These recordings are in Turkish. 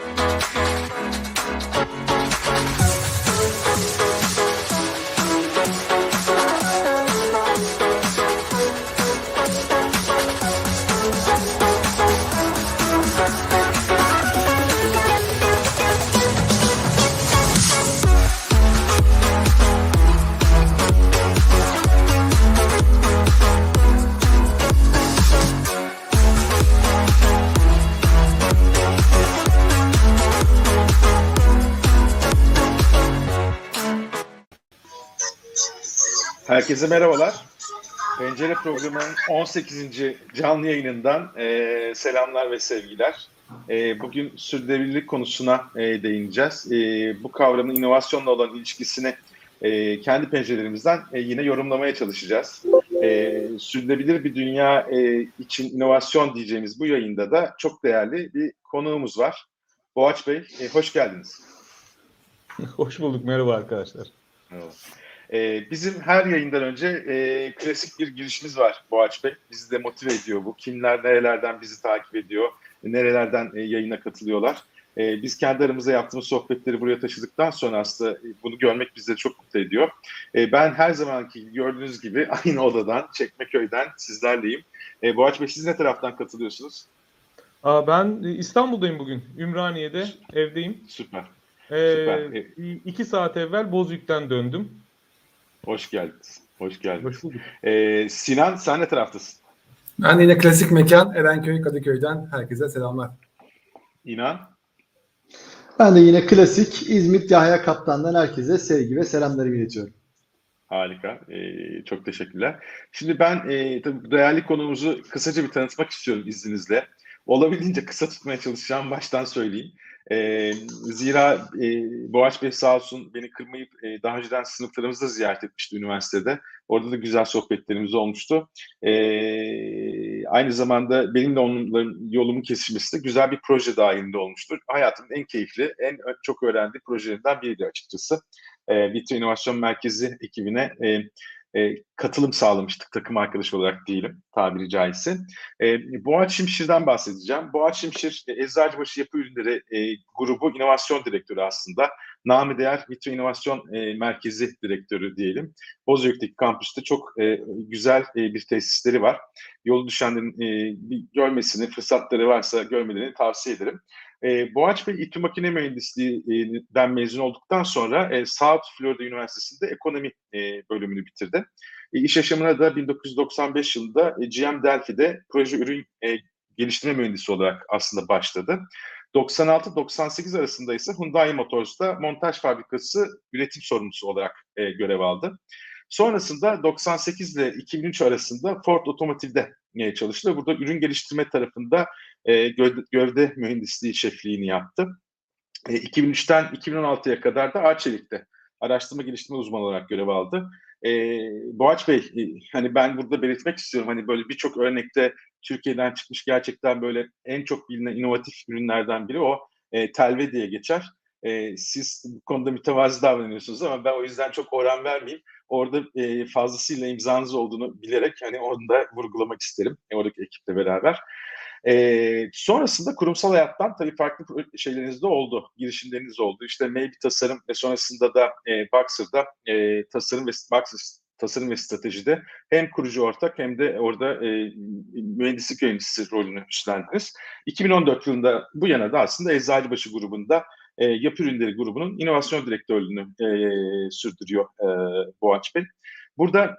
Herkese merhabalar. Pencere programının 18. canlı yayınından selamlar ve sevgiler. Bugün sürdürülebilirlik konusuna değineceğiz. Bu kavramın inovasyonla olan ilişkisini kendi pencerelerimizden yine yorumlamaya çalışacağız. Sürdürülebilir bir dünya için inovasyon diyeceğimiz bu yayında da çok değerli bir konuğumuz var. Boğaç Bey, hoş geldiniz. Hoş bulduk, merhaba arkadaşlar. Merhaba. Bizim her yayından önce klasik bir girişimiz var Boğaç Bey. Bizi de motive ediyor bu. Kimler nerelerden bizi takip ediyor, nerelerden yayına katılıyorlar. Biz kendi aramızda yaptığımız sohbetleri buraya taşıdıktan sonra aslında bunu görmek bizi de çok mutlu ediyor. Ben her zamanki gördüğünüz gibi aynı odadan, Çekmeköy'den sizlerleyim. Boğaç Bey, siz ne taraftan katılıyorsunuz? Ben İstanbul'dayım bugün. Ümraniye'de evdeyim. Süper. 2 saat evvel Bozüyük'ten döndüm. Hoş geldiniz. Hoş geldiniz. Hoş bulduk. Sinan, sen ne taraftasın? Ben de yine klasik mekan Erenköy Kadıköy'den herkese selamlar. İnan? Ben de yine klasik İzmit Yahya Kaptan'dan herkese sevgi ve selamlarımı iletiyorum. Harika. Çok teşekkürler. Şimdi ben tabii değerli konuğumuzu kısaca bir tanıtmak istiyorum izninizle. Olabildiğince kısa tutmaya çalışacağım. Baştan söyleyeyim. Zira Boğaç Bey sağ olsun beni kırmayıp daha önceden sınıflarımızda ziyaret etmişti üniversitede. Orada da güzel sohbetlerimiz olmuştu. Aynı zamanda benimle onların yolumun kesişmesi de güzel bir proje dahilinde olmuştur. Hayatımın en keyifli, en çok öğrendiği projelerinden biriydi açıkçası. Vitro İnovasyon Merkezi ekibine katılım sağlamıştık takım arkadaşı olarak diyelim tabiri caizse. Boğaç Şimşir'den bahsedeceğim. Boğaç Şimşir Eczacıbaşı Yapı Ürünleri grubu inovasyon direktörü aslında. Namı değer Vitro İnovasyon Merkezi direktörü diyelim. Bozüyük'teki kampüste çok güzel bir tesisleri var. Yolu düşenlerin bir görmesini, fırsatları varsa görmelerini tavsiye ederim. Boğaç Bey İTÜ Makine Mühendisliği'den mezun olduktan sonra South Florida Üniversitesi'nde ekonomi bölümünü bitirdi. İş yaşamına da 1995 yılında GM Delphi'de proje ürün geliştirme mühendisi olarak aslında başladı. 96-98 arasında ise Hyundai Motors'ta montaj fabrikası üretim sorumlusu olarak görev aldı. Sonrasında 98 ile 2003 arasında Ford Otomotiv'de çalıştı. Burada ürün geliştirme tarafında gövde mühendisliği şefliğini yaptı. 2003'ten 2016'ya kadar da Arçelik'te araştırma geliştirme uzmanı olarak görev aldı. Boğaç Bey, hani ben burada belirtmek istiyorum, hani böyle birçok örnekte Türkiye'den çıkmış gerçekten böyle en çok bilinen inovatif ürünlerden biri o telve diye geçer. Siz bu konuda mütevazi davranıyorsunuz ama ben o yüzden çok oran vermeyeyim. Orada fazlasıyla imzanız olduğunu bilerek hani onu da vurgulamak isterim oradaki ekiple beraber. Sonrasında kurumsal hayattan tabii farklı şeyleriniz de oldu, girişimleriniz oldu. İşte Maybe Tasarım ve sonrasında da Boxer'da tasarım ve stratejide hem kurucu ortak hem de orada mühendislik yöneticisi rolünü üstlendiniz. 2014 yılında bu yana da aslında Eczacıbaşı grubunda Yapı Ürünleri grubunun inovasyon direktörlüğünü sürdürüyor Boğaç Bey. Burada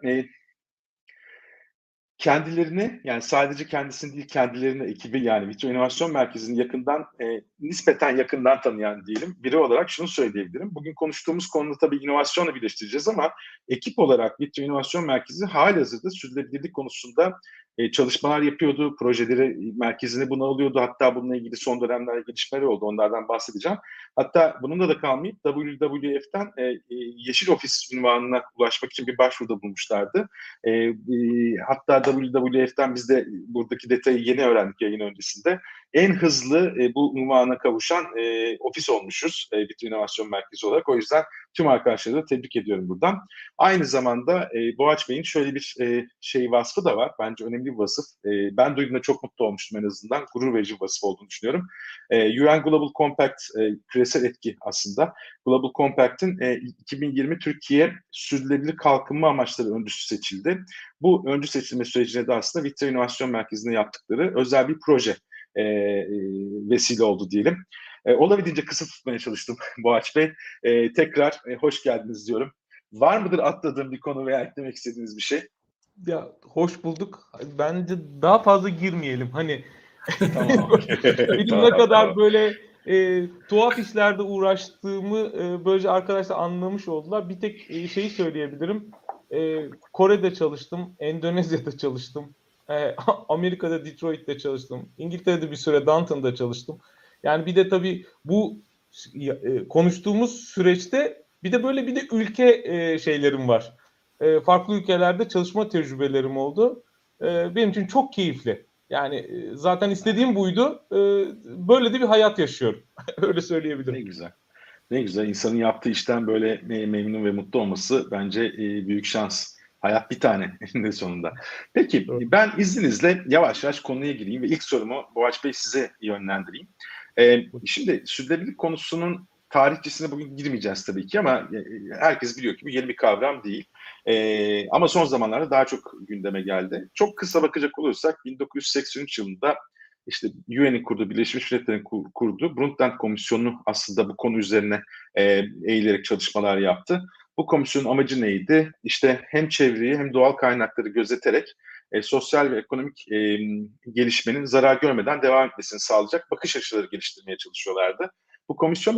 kendilerini, yani sadece kendisini değil kendilerini, ekibi, yani Vitro İnovasyon Merkezi'ni yakından, nispeten yakından tanıyan diyelim biri olarak şunu söyleyebilirim. Bugün konuştuğumuz konuda tabii inovasyonla birleştireceğiz ama ekip olarak Vitro İnovasyon Merkezi halihazırda sürdürülebilirlik konusunda çalışmalar yapıyordu, projeleri merkezine bunu alıyordu. Hatta bununla ilgili son dönemlerde gelişmeler oldu, onlardan bahsedeceğim. Hatta bununla da kalmayıp WWF'ten Yeşil Ofis unvanına ulaşmak için bir başvuruda bulmuşlardı. Hatta WWF'ten biz de buradaki detayı yeni öğrendik yayın öncesinde. en hızlı bu unvana kavuşan ofis olmuşuz Vitro İnovasyon Merkezi olarak. O yüzden tüm arkadaşları da tebrik ediyorum buradan. Aynı zamanda Boğaç Bey'in şöyle bir vasfı da var. Bence önemli bir vasıf. Ben duyduğumda çok mutlu olmuştum en azından. Gurur verici bir vasıf olduğunu düşünüyorum. UN Global Compact küresel etki aslında. Global Compact'in 2020 Türkiye Sürdürülebilir Kalkınma Amaçları öncüsü seçildi. Bu öncü seçilme sürecinde de aslında Vitro İnovasyon Merkezi'nde yaptıkları özel bir proje vesile oldu diyelim. Olabildiğince kısa tutmaya çalıştım Boğaç Bey. Tekrar hoş geldiniz diyorum. Var mıdır atladığım bir konu veya eklemek istediğiniz bir şey? Ya hoş bulduk. Bence daha fazla girmeyelim. Hani Tamam. benim ne kadar böyle tuhaf işlerde uğraştığımı böylece arkadaşlar anlamış oldular. Bir tek şeyi söyleyebilirim. Kore'de çalıştım, Endonezya'da çalıştım, Amerika'da Detroit'te çalıştım, İngiltere'de bir süre Downton'da çalıştım. Yani bir de tabii bu konuştuğumuz süreçte bir de böyle bir de ülke şeylerim var. Farklı ülkelerde çalışma tecrübelerim oldu. Benim için çok keyifli. Yani zaten istediğim buydu. Böyle de bir hayat yaşıyorum. Öyle söyleyebilirim. Ne güzel. Ne güzel. İnsanın yaptığı işten böyle memnun ve mutlu olması bence büyük şans. Hayat bir tane eninde sonunda. Peki ben izninizle yavaş yavaş konuya gireyim ve ilk sorumu Boğaç Bey size yönlendireyim. Şimdi sürdürülebilirlik konusunun tarihçesine bugün girmeyeceğiz tabii ki ama herkes biliyor ki bu yeni bir kavram değil. Ama son zamanlarda daha çok gündeme geldi. Çok kısa bakacak olursak 1983 yılında işte UN'in kurduğu, Birleşmiş Milletler'in kurduğu Brundtland Komisyonu aslında bu konu üzerine eğilerek çalışmalar yaptı. Bu komisyonun amacı neydi? İşte hem çevreyi hem doğal kaynakları gözeterek sosyal ve ekonomik gelişmenin zarar görmeden devam etmesini sağlayacak bakış açıları geliştirmeye çalışıyorlardı. Bu komisyon da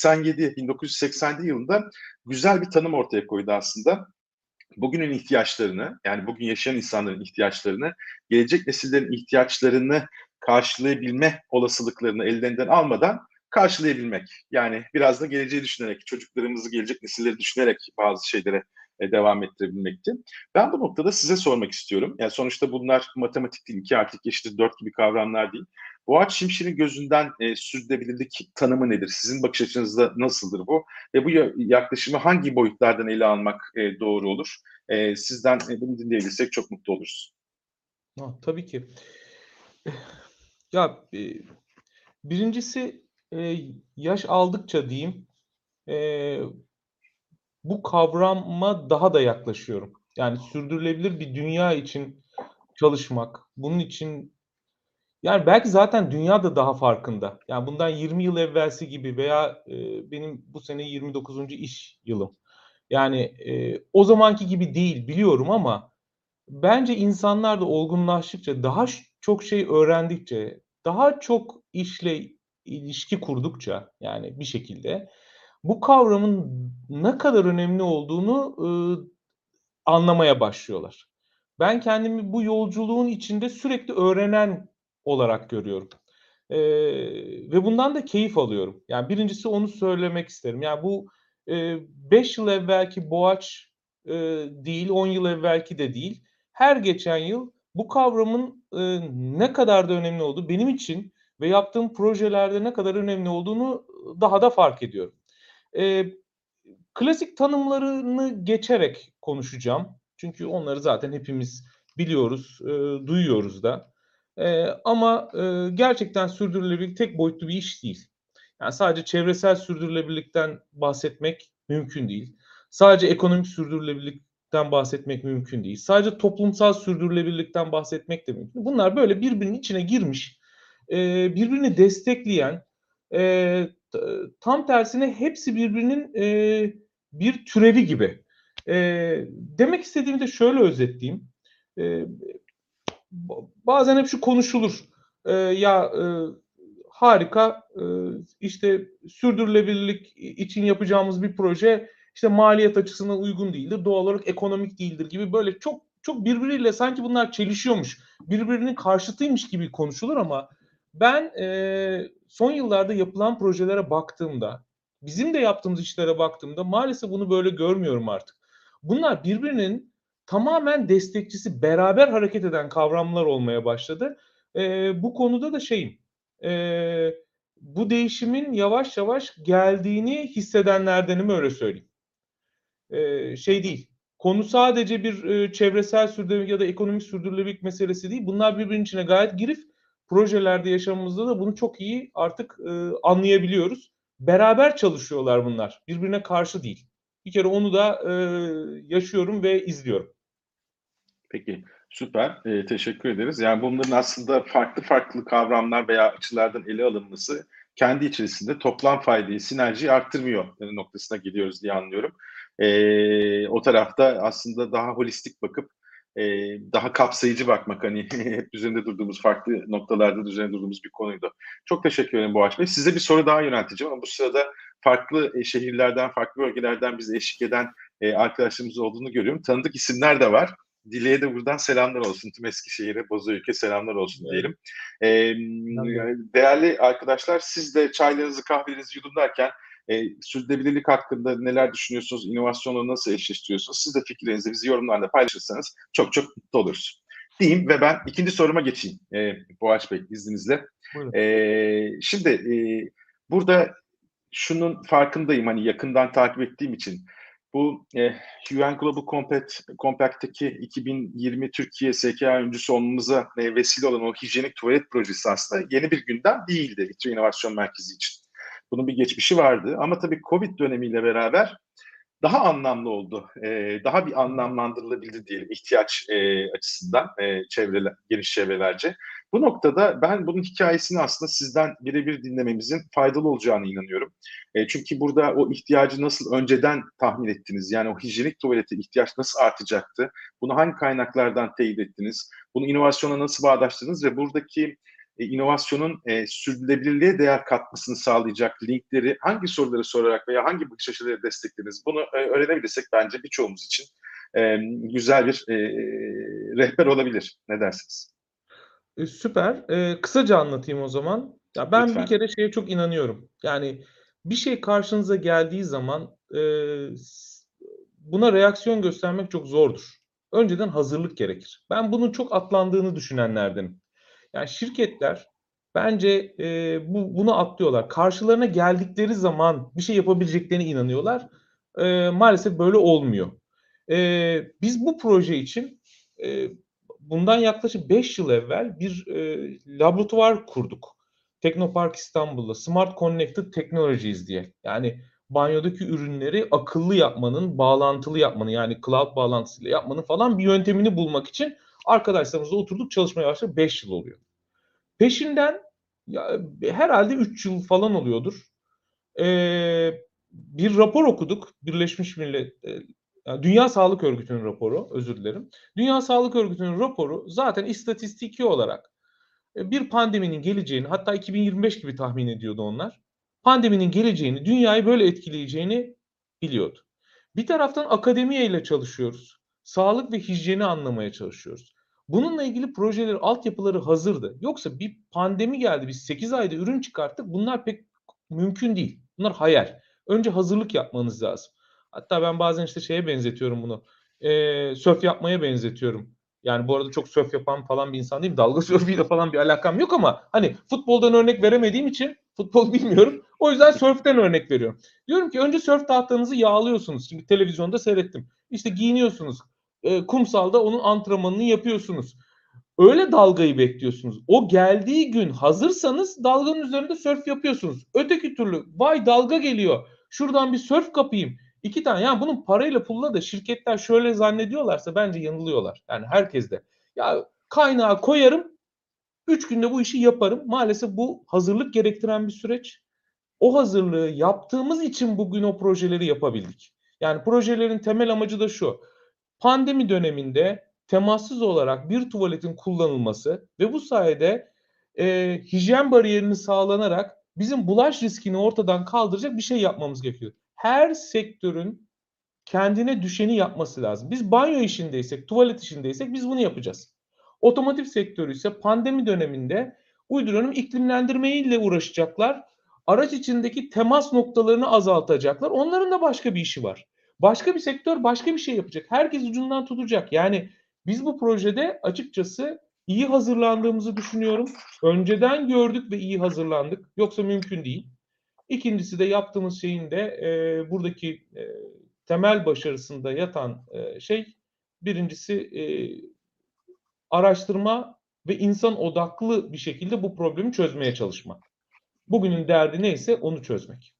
1987 yılında güzel bir tanım ortaya koydu aslında. Bugünün ihtiyaçlarını, yani bugün yaşayan insanların ihtiyaçlarını, gelecek nesillerin ihtiyaçlarını karşılayabilme olasılıklarını ellerinden almadan karşılayabilmek. Yani biraz da geleceği düşünerek, çocuklarımızı, gelecek nesilleri düşünerek bazı şeylere devam ettirebilmekti. Ben bu noktada size sormak istiyorum. Yani sonuçta bunlar matematik değil, 2 artı 2 eşittir 4 gibi kavramlar değil. Boğaç Şimşir'in gözünden sürdürülebilirlik tanımı nedir? Sizin bakış açınızda nasıldır bu? Ve bu yaklaşımı hangi boyutlardan ele almak doğru olur? Sizden bunu dinleyebilirsek çok mutlu oluruz. Tabii ki. Ya birincisi yaş aldıkça diyeyim bu kavrama daha da yaklaşıyorum. Yani sürdürülebilir bir dünya için çalışmak, bunun için yani belki zaten dünya da daha farkında. Yani bundan 20 yıl evvelsi gibi veya benim bu sene 29. iş yılım. Yani o zamanki gibi değil biliyorum ama bence insanlar da olgunlaştıkça, daha çok şey öğrendikçe, daha çok işle ilişki kurdukça yani bir şekilde bu kavramın ne kadar önemli olduğunu anlamaya başlıyorlar. Ben kendimi bu yolculuğun içinde sürekli öğrenen olarak görüyorum. Ve bundan da keyif alıyorum. Yani birincisi onu söylemek isterim. Yani bu 5 yıl evvelki Boğaç değil, 10 yıl evvelki de değil. Her geçen yıl bu kavramın ne kadar da önemli olduğu benim için ve yaptığım projelerde ne kadar önemli olduğunu daha da fark ediyorum. Klasik tanımlarını geçerek konuşacağım. Çünkü onları zaten hepimiz biliyoruz, duyuyoruz da. Ama gerçekten sürdürülebilirlik tek boyutlu bir iş değil. Yani sadece çevresel sürdürülebilirlikten bahsetmek mümkün değil. Sadece ekonomik sürdürülebilirlikten bahsetmek mümkün değil. Sadece toplumsal sürdürülebilirlikten bahsetmek de mümkün. Bunlar böyle birbirinin içine girmiş, birbirini destekleyen, tam tersine hepsi birbirinin bir türevi gibi. Demek istediğimi de şöyle özetleyeyim. Bazen hep şu konuşulur. Harika işte sürdürülebilirlik için yapacağımız bir proje işte maliyet açısından uygun değildir. Doğal olarak ekonomik değildir gibi böyle çok çok birbiriyle sanki bunlar çelişiyormuş. Birbirinin karşıtıymış gibi konuşulur ama ben son yıllarda yapılan projelere baktığımda, bizim de yaptığımız işlere baktığımda maalesef bunu böyle görmüyorum artık. Bunlar birbirinin tamamen destekçisi, beraber hareket eden kavramlar olmaya başladı. Bu konuda da şeyim, bu değişimin yavaş yavaş geldiğini hissedenlerdenim, öyle söyleyeyim. Şey değil. Konu sadece bir çevresel sürdürülebilirlik ya da ekonomik sürdürülebilirlik meselesi değil. Bunlar birbirinin içine gayet girif. Projelerde, yaşamımızda da bunu çok iyi artık anlayabiliyoruz. Beraber çalışıyorlar bunlar. Birbirine karşı değil. Bir kere onu da yaşıyorum ve izliyorum. Peki, süper. Teşekkür ederiz. Yani bunların aslında farklı farklı kavramlar veya açılardan ele alınması kendi içerisinde toplam faydayı, sinerjiyi arttırmıyor noktasına gidiyoruz diye anlıyorum. O tarafta aslında daha holistik bakıp daha kapsayıcı bakmak, hani hep üzerinde durduğumuz, farklı noktalarda üzerinde durduğumuz bir konuydu. Çok teşekkür ederim Boğaç Bey. Size bir soru daha yönelteceğim ama bu sırada farklı şehirlerden, farklı bölgelerden bize eşlik eden arkadaşlarımız olduğunu görüyorum. Tanıdık isimler de var. Dile'ye de buradan selamlar olsun. Tüm Eskişehir'e, Bozüyük'e selamlar olsun diyelim. Değerli arkadaşlar, siz de çaylarınızı, kahvelerinizi yudumlarken sürdürülebilirlik hakkında neler düşünüyorsunuz? İnovasyonla nasıl eşleştiriyorsunuz? Siz de fikirlerinizi bizi yorumlarla paylaşırsanız çok çok mutlu oluruz. Diyeyim ve ben ikinci soruma geçeyim Boğaç Bey izninizle. Şimdi burada şunun farkındayım, hani yakından takip ettiğim için. Bu UN Global Compact'teki 2020 Türkiye SKA öncüsü olmamıza vesile olan o hijyenik tuvalet projesi aslında yeni bir gündem değildi İTÜ İnovasyon Merkezi için. Bunun bir geçmişi vardı ama tabii Covid dönemiyle beraber daha anlamlı oldu. Daha bir anlamlandırılabildi diyelim ihtiyaç açısından geniş çevrelerce. Bu noktada ben bunun hikayesini aslında sizden birebir dinlememizin faydalı olacağını inanıyorum. Çünkü burada o ihtiyacı nasıl önceden tahmin ettiniz? Yani o hijyenik tuvalete ihtiyaç nasıl artacaktı? Bunu hangi kaynaklardan teyit ettiniz? Bunu inovasyona nasıl bağdaştınız ve buradaki inovasyonun sürdürülebilirliğe değer katmasını sağlayacak linkleri hangi soruları sorarak veya hangi bakış açıları desteklediniz? Bunu öğrenebilirsek bence birçoğumuz için güzel bir rehber olabilir. Ne dersiniz? Süper. Kısaca anlatayım o zaman. Ya ben Lütfen. bir kere şeye çok inanıyorum. Yani bir şey karşınıza geldiği zaman buna reaksiyon göstermek çok zordur. Önceden hazırlık gerekir. Ben bunun çok atlandığını düşünenlerdenim. Yani şirketler bence bunu atlıyorlar. Karşılarına geldikleri zaman bir şey yapabileceklerine inanıyorlar. Maalesef böyle olmuyor. Biz bu proje için bundan yaklaşık 5 yıl evvel bir laboratuvar kurduk. Teknopark İstanbul'da Smart Connected Technologies diye. Yani banyodaki ürünleri akıllı yapmanın, bağlantılı yapmanın, yani cloud bağlantısıyla yapmanın falan bir yöntemini bulmak için arkadaşlarımızla oturduk, çalışmaya başladık. 5 yıl oluyor. Peşinden ya, herhalde 3 yıl falan oluyordur. Bir rapor okuduk. Birleşmiş Millet, yani Dünya Sağlık Örgütü'nün raporu, özür dilerim. Dünya Sağlık Örgütü'nün raporu zaten istatistiki olarak bir pandeminin geleceğini, hatta 2025 gibi tahmin ediyordu onlar. Pandeminin geleceğini, dünyayı böyle etkileyeceğini biliyordu. Bir taraftan akademiyle çalışıyoruz. Sağlık ve hijyeni anlamaya çalışıyoruz. Bununla ilgili projeleri, altyapıları hazırdı. Yoksa bir pandemi geldi, biz 8 ayda ürün çıkarttık. Bunlar pek mümkün değil. Bunlar hayal. Önce hazırlık yapmanız lazım. Hatta ben bazen işte şeye benzetiyorum bunu. Sörf yapmaya benzetiyorum. Yani bu arada çok sörf yapan falan bir insan değilim. Dalga sörfüyle falan bir alakam yok ama hani futboldan örnek veremediğim için futbol bilmiyorum. O yüzden sörften örnek veriyorum. Diyorum ki önce sörf tahtanızı yağlıyorsunuz. Şimdi televizyonda seyrettim. İşte giyiniyorsunuz. Kumsalda onun antrenmanını yapıyorsunuz. Öyle dalgayı bekliyorsunuz. O geldiği gün hazırsanız dalganın üzerinde sörf yapıyorsunuz. Öteki türlü vay dalga geliyor. Şuradan bir sörf kapayım. 2 tane. Yani bunun parayla pulla da şirketler şöyle zannediyorlarsa bence yanılıyorlar. Yani herkes de. Ya kaynağı koyarım, 3 günde bu işi yaparım. Maalesef bu hazırlık gerektiren bir süreç. O hazırlığı yaptığımız için bugün o projeleri yapabildik. Yani projelerin temel amacı da şu. Pandemi döneminde temassız olarak bir tuvaletin kullanılması ve bu sayede hijyen bariyerinin sağlanarak bizim bulaş riskini ortadan kaldıracak bir şey yapmamız gerekiyor. Her sektörün kendine düşeni yapması lazım. Biz banyo işindeysek, tuvalet işindeysek biz bunu yapacağız. Otomotiv sektörü ise pandemi döneminde uyduruyorum iklimlendirmeyle uğraşacaklar. Araç içindeki temas noktalarını azaltacaklar. Onların da başka bir işi var. Başka bir sektör başka bir şey yapacak. Herkes ucundan tutacak. Yani biz bu projede açıkçası iyi hazırlandığımızı düşünüyorum. Önceden gördük ve iyi hazırlandık. Yoksa mümkün değil. İkincisi de yaptığımız şeyin de buradaki temel başarısında yatan birincisi araştırma ve insan odaklı bir şekilde bu problemi çözmeye çalışmak. Bugünün derdi neyse onu çözmek.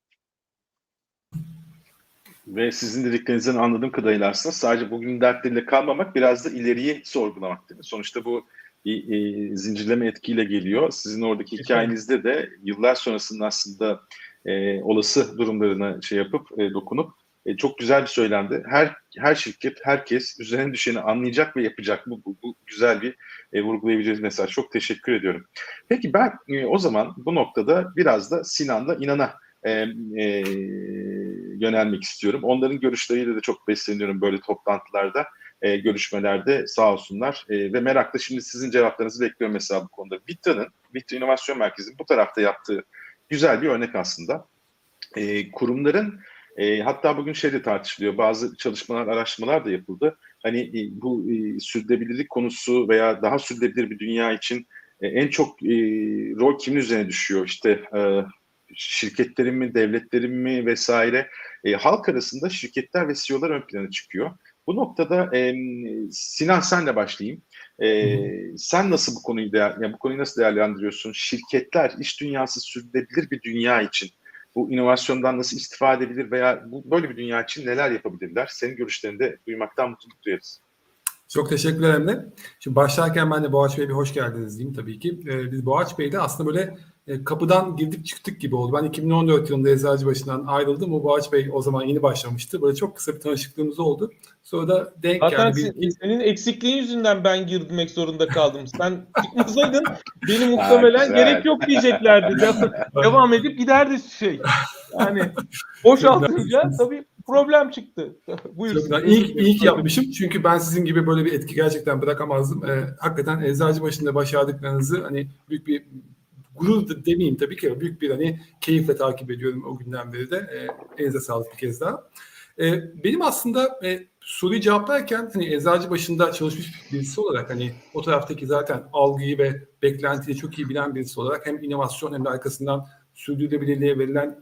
Ve sizin dediklerinizden anladığım kadarıyla aslında sadece bugünün dertleriyle kalmamak, biraz da ileriyi sorgulamak değil mi? Sonuçta bu bir zincirleme etkiyle geliyor. Sizin oradaki hikayenizde de yıllar sonrasında aslında olası durumlarına dokunup çok güzel bir söylemdi. Her şirket, herkes üzerine düşeni anlayacak ve yapacak. Bu güzel bir vurgulayabileceğiniz mesaj. Çok teşekkür ediyorum. Peki ben o zaman bu noktada biraz da Sinan'la İnan'a yönelmek istiyorum. Onların görüşleriyle de çok besleniyorum böyle toplantılarda, görüşmelerde sağ olsunlar. Ve merakla şimdi sizin cevaplarınızı bekliyorum mesela bu konuda. Vitra İnovasyon Merkezi'nin bu tarafta yaptığı güzel bir örnek aslında. Kurumların hatta bugün de tartışılıyor. Bazı çalışmalar, araştırmalar da yapıldı. Hani bu sürdürülebilirlik konusu veya daha sürdürülebilir bir dünya için en çok rol kimin üzerine düşüyor? İşte şirketlerin mi, devletlerin mi vesaire. Halk arasında şirketler ve CEO'lar ön plana çıkıyor. Bu noktada Sinan, senle başlayayım. Sen nasıl bu konuyu nasıl değerlendiriyorsun? Şirketler, iş dünyası sürdürülebilir bir dünya için bu inovasyondan nasıl istifade edilir veya böyle bir dünya için neler yapabilirler? Senin görüşlerini de duymaktan mutluluk duyarız. Çok teşekkürler Emre. Şimdi başlarken ben de Boğaç Bey'e bir hoş geldiniz diyeyim tabii ki. Biz Boğaç Bey'de aslında böyle kapıdan girdik çıktık gibi oldu. Ben 2014 yılında Eczacıbaşı'ndan ayrıldım. O Boğaç Bey o zaman yeni başlamıştı. Böyle çok kısa bir tanışıklığımız oldu. Sonra da denk Zaten geldi. senin eksikliğin yüzünden ben girmek zorunda kaldım. Sen çıkmasaydın beni muhtemelen gerek yok diyeceklerdi. Devam edip giderdi Yani boşaltınca tabii problem çıktı. Buyursun. İyi ki yapmışım. Çünkü ben sizin gibi böyle bir etki gerçekten bırakamazdım. Hakikaten Eczacıbaşı'nda başardıklarınızı hani büyük bir gurur da demeyeyim tabii ki, büyük bir hani keyifle takip ediyorum o günden beri de. Elinize sağlık bir kez daha. Benim aslında soruyu cevaplarken hani Eczacıbaşı'nda çalışmış birisi olarak hani o taraftaki zaten algıyı ve beklentiyi çok iyi bilen birisi olarak hem inovasyon hem de arkasından sürdürülebilirliğe verilen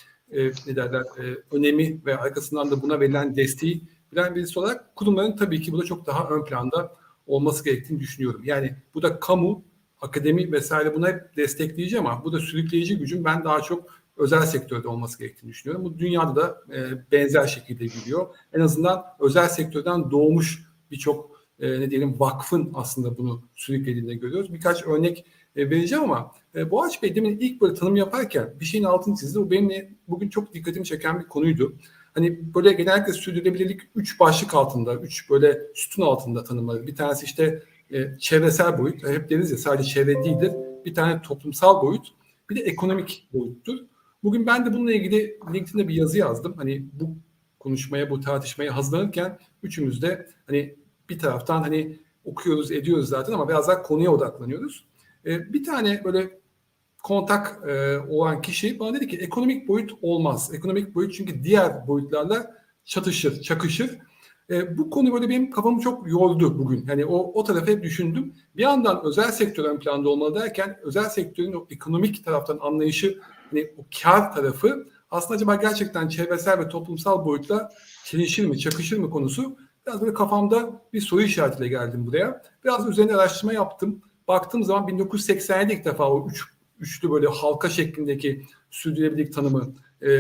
önemi ve arkasından da buna verilen desteği bilen birisi olarak kurumların tabii ki bu da çok daha ön planda olması gerektiğini düşünüyorum. Yani bu da kamu, akademi vesaire buna hep destekleyici ama bu da sürükleyici gücün ben daha çok özel sektörde olması gerektiğini düşünüyorum. Bu dünyada da benzer şekilde gidiyor. En azından özel sektörden doğmuş birçok vakfın aslında bunu sürüklediğini görüyoruz. Birkaç örnek vereceğim ama Boğaç Bey demin ilk böyle tanım yaparken bir şeyin altını çizdi. O benim bugün çok dikkatimi çeken bir konuydu. Hani böyle genellikle sürdürülebilirlik 3 başlık altında, 3 böyle sütun altında tanımlanır. Bir tanesi işte çevresel boyut. Hep deriz ya sadece çevre değildir. Bir tane toplumsal boyut. Bir de ekonomik boyuttur. Bugün ben de bununla ilgili LinkedIn'de bir yazı yazdım. Hani bu konuşmaya, bu tartışmaya hazırlanırken üçümüz de hani bir taraftan hani okuyoruz, ediyoruz zaten ama biraz daha konuya odaklanıyoruz. Bir tane böyle kontak olan kişi bana dedi ki ekonomik boyut olmaz. Ekonomik boyut çünkü diğer boyutlarla çatışır, çakışır. Bu konu böyle benim kafamı çok yordu bugün. Yani o tarafa hep düşündüm. Bir yandan özel sektör ön planda olmalı derken özel sektörün o ekonomik taraftan anlayışı, hani o kar tarafı aslında acaba gerçekten çevresel ve toplumsal boyutla çelişir mi, çakışır mı konusu biraz böyle kafamda bir soru işaretiyle geldim buraya. Biraz üzerine araştırma yaptım. Baktığım zaman 1987'de ilk defa o üçlü böyle halka şeklindeki sürdürülebilirlik tanımı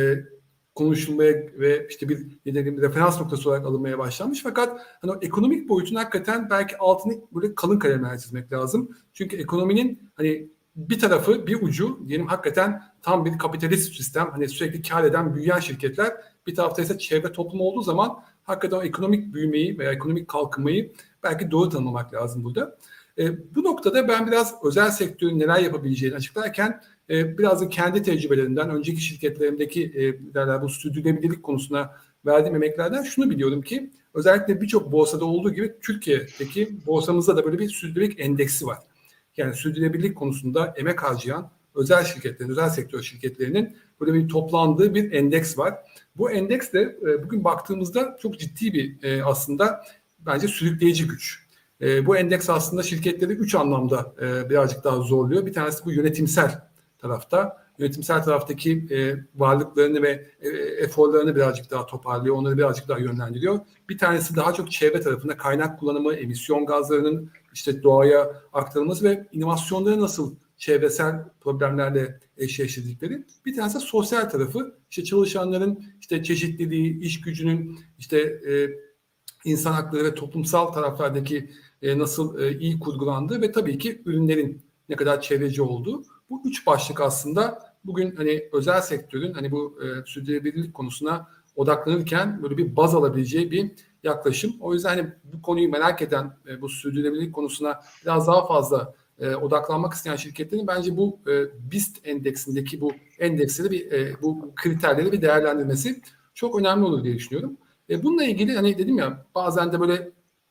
konuşulmaya ve işte bir referans noktası olarak alınmaya başlanmış. Fakat hani o ekonomik boyutun hakikaten belki altını böyle kalın kalemlerle çizmek lazım. Çünkü ekonominin hani bir tarafı, bir ucu diyelim hakikaten tam bir kapitalist sistem. Hani sürekli kar eden, büyüyen şirketler. Bir tarafta ise çevre toplum olduğu zaman hakikaten o ekonomik büyümeyi veya ekonomik kalkınmayı belki doğru tanımlamak lazım burada. Bu noktada ben biraz özel sektörün neler yapabileceğini açıklarken biraz da kendi tecrübelerimden, önceki şirketlerimdeki bu sürdürülebilirlik konusuna verdiğim emeklerden şunu biliyorum ki özellikle birçok borsada olduğu gibi Türkiye'deki borsamızda da böyle bir sürdürülebilirlik endeksi var. Yani sürdürülebilirlik konusunda emek harcayan özel şirketlerin, özel sektör şirketlerinin böyle bir toplandığı bir endeks var. Bu endeks de bugün baktığımızda çok ciddi bir aslında bence sürükleyici güç. Bu endeks aslında şirketleri 3 anlamda birazcık daha zorluyor. Bir tanesi bu yönetimsel tarafta. Yönetimsel taraftaki varlıklarını ve eforlarını birazcık daha toparlıyor. Onları birazcık daha yönlendiriyor. Bir tanesi daha çok çevre tarafında kaynak kullanımı, emisyon gazlarının işte doğaya aktarılması ve inovasyonları nasıl çevresel problemlerle eşleştirdikleri. Bir tanesi sosyal tarafı. İşte çalışanların işte çeşitliliği, iş gücünün işte insan hakları ve toplumsal taraflardaki nasıl iyi kurgulandığı ve tabii ki ürünlerin ne kadar çevreci olduğu. Bu 3 başlık aslında bugün hani özel sektörün hani bu sürdürülebilirlik konusuna odaklanırken böyle bir baz alabileceği bir yaklaşım. O yüzden hani bu konuyu merak eden, bu sürdürülebilirlik konusuna biraz daha fazla odaklanmak isteyen şirketlerin bence bu BIST endeksindeki bu endeksleri bu kriterleri bir değerlendirmesi çok önemli olur diye düşünüyorum. Bununla ilgili hani dedim ya bazen de böyle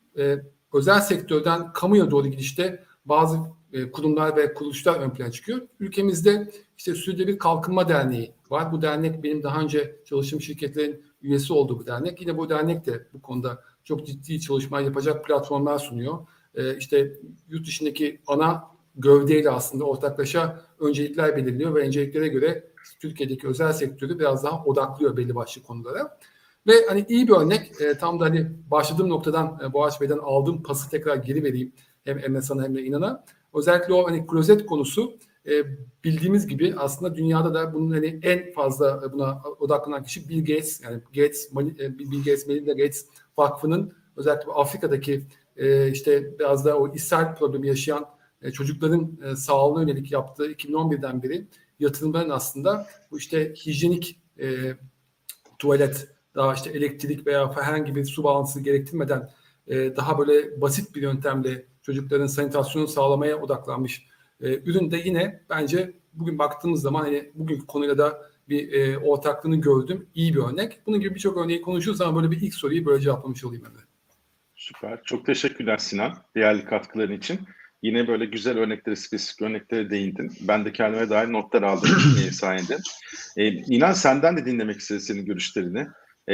özel sektörden kamuya doğru gidişte bazı kurumlar ve kuruluşlar ön plana çıkıyor. Ülkemizde işte Sürdürülebilir Kalkınma Derneği var. Bu dernek benim daha önce çalıştığım şirketlerin üyesi olduğu bir dernek. Yine bu dernek de bu konuda çok ciddi çalışma yapacak platformlar sunuyor. İşte yurt dışındaki ana gövdeyle aslında ortaklaşa öncelikler belirliyor ve önceliklere göre Türkiye'deki özel sektörü biraz daha odaklıyor belli başlı konulara. Ve hani iyi bir örnek tam da hani başladığım noktadan Boğaç Bey'den aldığım pası tekrar geri vereyim hem Emre sana hem de İnan'a. Özellikle o hani klozet konusu bildiğimiz gibi aslında dünyada da bunun hani en fazla buna odaklanan kişi Bill Gates. Yani Bill Gates, Melinda Gates Vakfı'nın özellikle Afrika'daki işte biraz da o ishal problemi yaşayan çocukların sağlığına yönelik yaptığı 2011'den beri yatırımların aslında bu işte hijyenik tuvalet, daha işte elektrik veya herhangi bir su bağlantısı gerektirmeden daha böyle basit bir yöntemle çocukların sanitasyonunu sağlamaya odaklanmış ürün de yine bence bugün baktığımız zaman hani bugünkü konuyla da bir ortaklığını gördüm. İyi bir örnek. Bunun gibi birçok örneği konuşuruz ama böyle bir ilk soruyu böyle cevaplamış olayım ben de. Süper. Çok teşekkürler Sinan. Değerli katkıların için. Yine böyle güzel örneklere, spesifik örneklere değindin. Ben de kendime dair notlar aldım sayende. İnan senden de dinlemek istedim senin görüşlerini.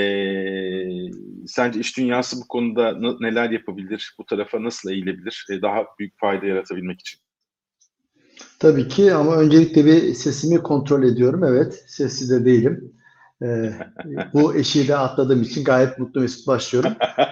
Sence iş dünyası bu konuda neler yapabilir? Bu tarafa nasıl eğilebilir? Daha büyük fayda yaratabilmek için. Tabii ki ama öncelikle bir sesimi kontrol ediyorum. Evet, sessiz de değilim. Bu eşiği de atladığım için gayet mutlu mesut başlıyorum.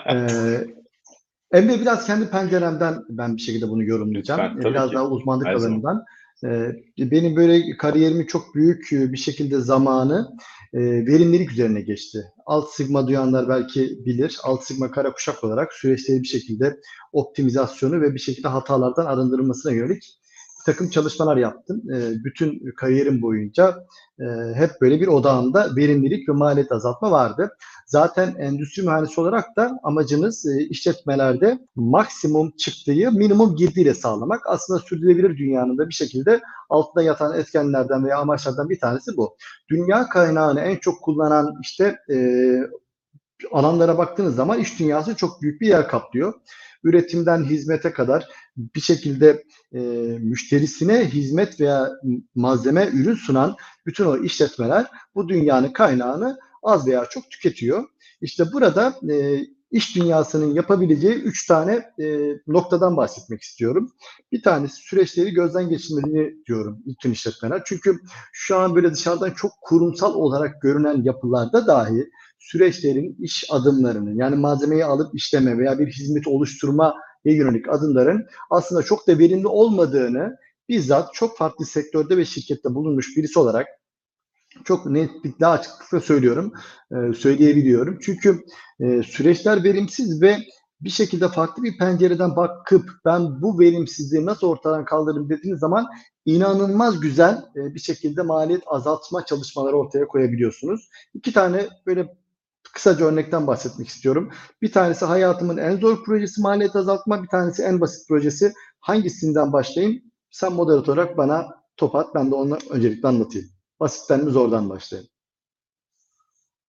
Emre biraz kendi penceremden ben bir şekilde bunu yorumlayacağım. Lütfen, tabii Biraz ki. daha uzmanlık Her zaman. alanından. Benim böyle kariyerimin çok büyük bir şekilde zamanı verimlilik üzerine geçti. Alt Sigma duyanlar belki bilir. Alt Sigma kara kuşak olarak süreçleri bir şekilde optimizasyonu ve bir şekilde hatalardan arındırılmasına yönelik bir takım çalışmalar yaptım. Bütün kariyerim boyunca hep böyle bir odağımda verimlilik ve maliyet azaltma vardı. Zaten endüstri mühendisi olarak da amacımız işletmelerde maksimum çıktıyı minimum girdiyle sağlamak. Aslında sürdürülebilir dünyanın da bir şekilde altında yatan etkenlerden veya amaçlardan bir tanesi bu. Dünya kaynağını en çok kullanan işte alanlara baktığınız zaman iş dünyası çok büyük bir yer kaplıyor. Üretimden hizmete kadar bir şekilde müşterisine hizmet veya malzeme, ürün sunan bütün o işletmeler bu dünyanın kaynağını az veya çok tüketiyor. İşte burada iş dünyasının yapabileceği 3 tane noktadan bahsetmek istiyorum. Bir tanesi süreçleri gözden geçirmelerini diyorum bütün işletmeler. Çünkü şu an böyle dışarıdan çok kurumsal olarak görünen yapılarda dahi süreçlerin, iş adımlarının yani malzemeyi alıp işleme veya bir hizmeti oluşturma yönelik adımların aslında çok da verimli olmadığını bizzat çok farklı sektörde ve şirkette bulunmuş birisi olarak çok net daha açıklıkla söylüyorum, söyleyebiliyorum. Çünkü süreçler verimsiz ve bir şekilde farklı bir pencereden bakıp ben bu verimsizliği nasıl ortadan kaldırırım dediğiniz zaman inanılmaz güzel bir şekilde maliyet azaltma çalışmaları ortaya koyabiliyorsunuz. İki tane böyle kısaca örnekten bahsetmek istiyorum. Bir tanesi hayatımın en zor projesi maliyet azaltma, bir tanesi en basit projesi. Hangisinden başlayayım? Sen moderatör olarak bana top at, ben de onu öncelikle anlatayım. Basitten mi zordan başlayayım?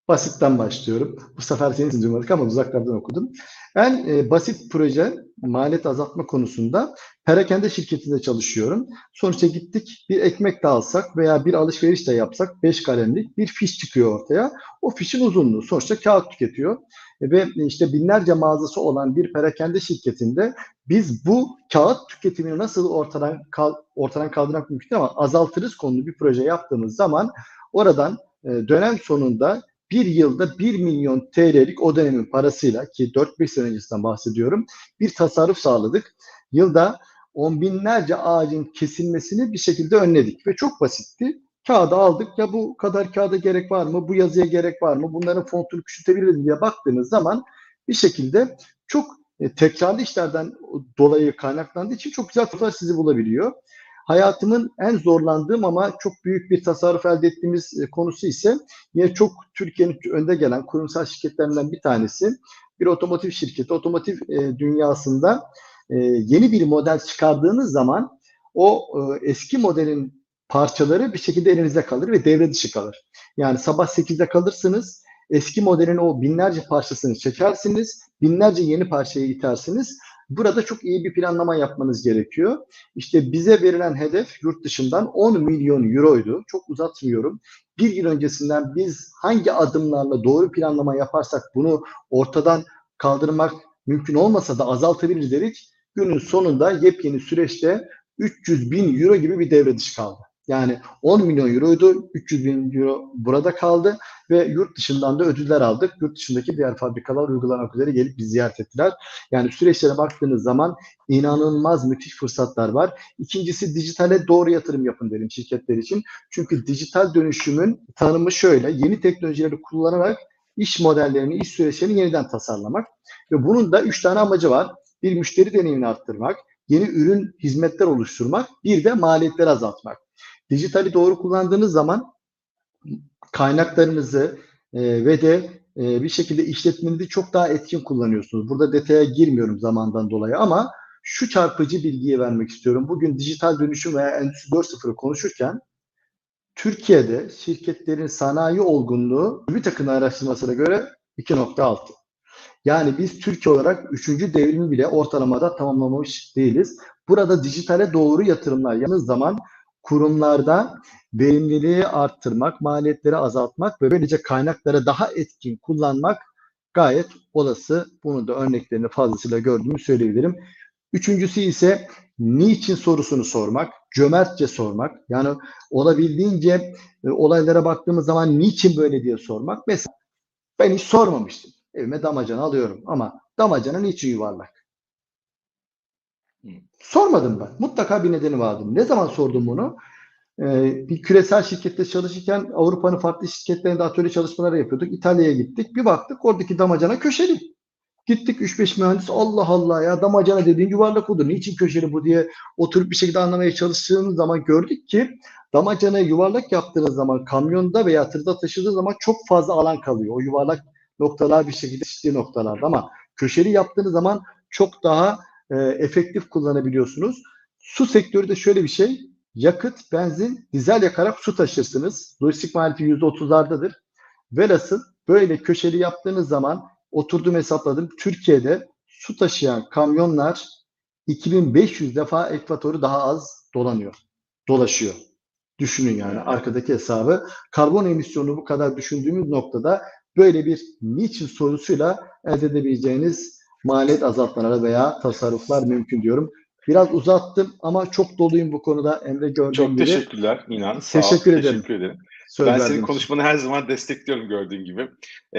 Basitten başlıyorum. Bu sefer seni duymadık ama uzaklardan okudum. En basit proje maliyet azaltma konusunda perakende şirketinde çalışıyorum. Sonuçta gittik bir ekmek de alsak veya bir alışveriş de yapsak 5 kalemlik bir fiş çıkıyor ortaya. O fişin uzunluğu sonuçta kağıt tüketiyor. Ve işte binlerce mağazası olan bir perakende şirketinde biz bu kağıt tüketimini nasıl ortadan kaldırmak mümkün ama azaltırız konulu bir proje yaptığımız zaman oradan dönem sonunda bir yılda 1 milyon TL'lik o dönemin parasıyla ki 4-5 sene öncesinden bahsediyorum bir tasarruf sağladık. Yılda on binlerce ağacın kesilmesini bir şekilde önledik ve çok basitti. Kağıdı aldık ya bu kadar kağıda gerek var mı? Bu yazıya gerek var mı? Bunların fontunu küçültebiliriz diye baktığınız zaman bir şekilde çok tekrarlı işlerden dolayı kaynaklandığı için çok güzel fotoğraflar sizi bulabiliyor. Hayatımın en zorlandığım ama çok büyük bir tasarruf elde ettiğimiz konusu ise yine çok Türkiye'nin önde gelen kurumsal şirketlerinden bir tanesi. Bir otomotiv şirketi. Otomotiv dünyasında yeni bir model çıkardığınız zaman o eski modelin parçaları bir şekilde elinizde kalır ve devre dışı kalır. Yani sabah 8'de kalırsınız. Eski modelin o binlerce parçasını çekersiniz. Binlerce yeni parçayı itersiniz. Burada çok iyi bir planlama yapmanız gerekiyor. İşte bize verilen hedef yurt dışından 10 milyon euroydu. Çok uzatmıyorum. Bir yıl öncesinden biz hangi adımlarla doğru planlama yaparsak bunu ortadan kaldırmak mümkün olmasa da azaltabiliriz dedik. Günün sonunda yepyeni süreçte 300 bin euro gibi bir devre dışı kaldı. Yani 10 milyon euroydu, 300 bin euro burada kaldı ve yurt dışından da ödüller aldık. Yurt dışındaki diğer fabrikalar uygulamak üzere gelip bizi ziyaret ettiler. Yani süreçlere baktığınız zaman inanılmaz müthiş fırsatlar var. İkincisi dijitale doğru yatırım yapın derim şirketler için. Çünkü dijital dönüşümün tanımı şöyle, yeni teknolojileri kullanarak iş modellerini, iş süreçlerini yeniden tasarlamak. Ve bunun da 3 tane amacı var. Bir, müşteri deneyimini arttırmak, yeni ürün, hizmetler oluşturmak, bir de maliyetleri azaltmak. Dijitali doğru kullandığınız zaman kaynaklarınızı ve de bir şekilde işletmenizi çok daha etkin kullanıyorsunuz. Burada detaya girmiyorum zamandan dolayı ama şu çarpıcı bilgiyi vermek istiyorum. Bugün dijital dönüşüm veya Endüstri 4.0'ı konuşurken Türkiye'de şirketlerin sanayi olgunluğu TÜBİTAK'ın araştırmasına göre 2.6. Yani biz Türkiye olarak 3. devrimi bile ortalamada tamamlamış değiliz. Burada dijitale doğru yatırımlar yaptığınız zaman kurumlarda verimliliği arttırmak, maliyetleri azaltmak ve böylece kaynakları daha etkin kullanmak gayet olası. Bunu da örneklerini fazlasıyla gördüğümü söyleyebilirim. Üçüncüsü ise niçin sorusunu sormak, cömertçe sormak. Yani olabildiğince olaylara baktığımız zaman niçin böyle diye sormak. Mesela ben hiç sormamıştım. Evime damacana alıyorum ama damacana niçin yuvarlak? Sormadım ben. Mutlaka bir nedeni vardı. Ne zaman sordum bunu? Bir küresel şirkette çalışırken Avrupa'nın farklı şirketlerinde atölye çalışmaları yapıyorduk. İtalya'ya gittik. Bir baktık oradaki damacana köşeli. Gittik 3-5 mühendis Allah Allah ya damacana dediğin yuvarlak olur. Niçin köşeli bu diye oturup bir şekilde anlamaya çalıştığımız zaman gördük ki damacanayı yuvarlak yaptığınız zaman kamyonda veya tırda taşıdığı zaman çok fazla alan kalıyor. O yuvarlak noktalar bir şekilde şiştiği noktalarda ama köşeli yaptığınız zaman çok daha efektif kullanabiliyorsunuz. Su sektörü de şöyle bir şey. Yakıt, benzin, dizel yakarak su taşırsınız. Lojistik maliyeti %30'lardadır. Velhasıl böyle köşeli yaptığınız zaman oturduğum hesapladım. Türkiye'de su taşıyan kamyonlar 2500 defa ekvatoru daha az dolaşıyor. Düşünün yani arkadaki hesabı. Karbon emisyonu bu kadar düşündüğümüz noktada böyle bir niçin sorusuyla elde edebileceğiniz maliyet azaltmaları veya tasarruflar mümkün diyorum. Biraz uzattım ama çok doluyum bu konuda Emre gördüğün Çok gibi. teşekkürler İnan. Sağ ol. Teşekkür ederim. Teşekkür ederim. Söz Ben senin verdiğin için. konuşmanı her zaman destekliyorum gördüğün gibi.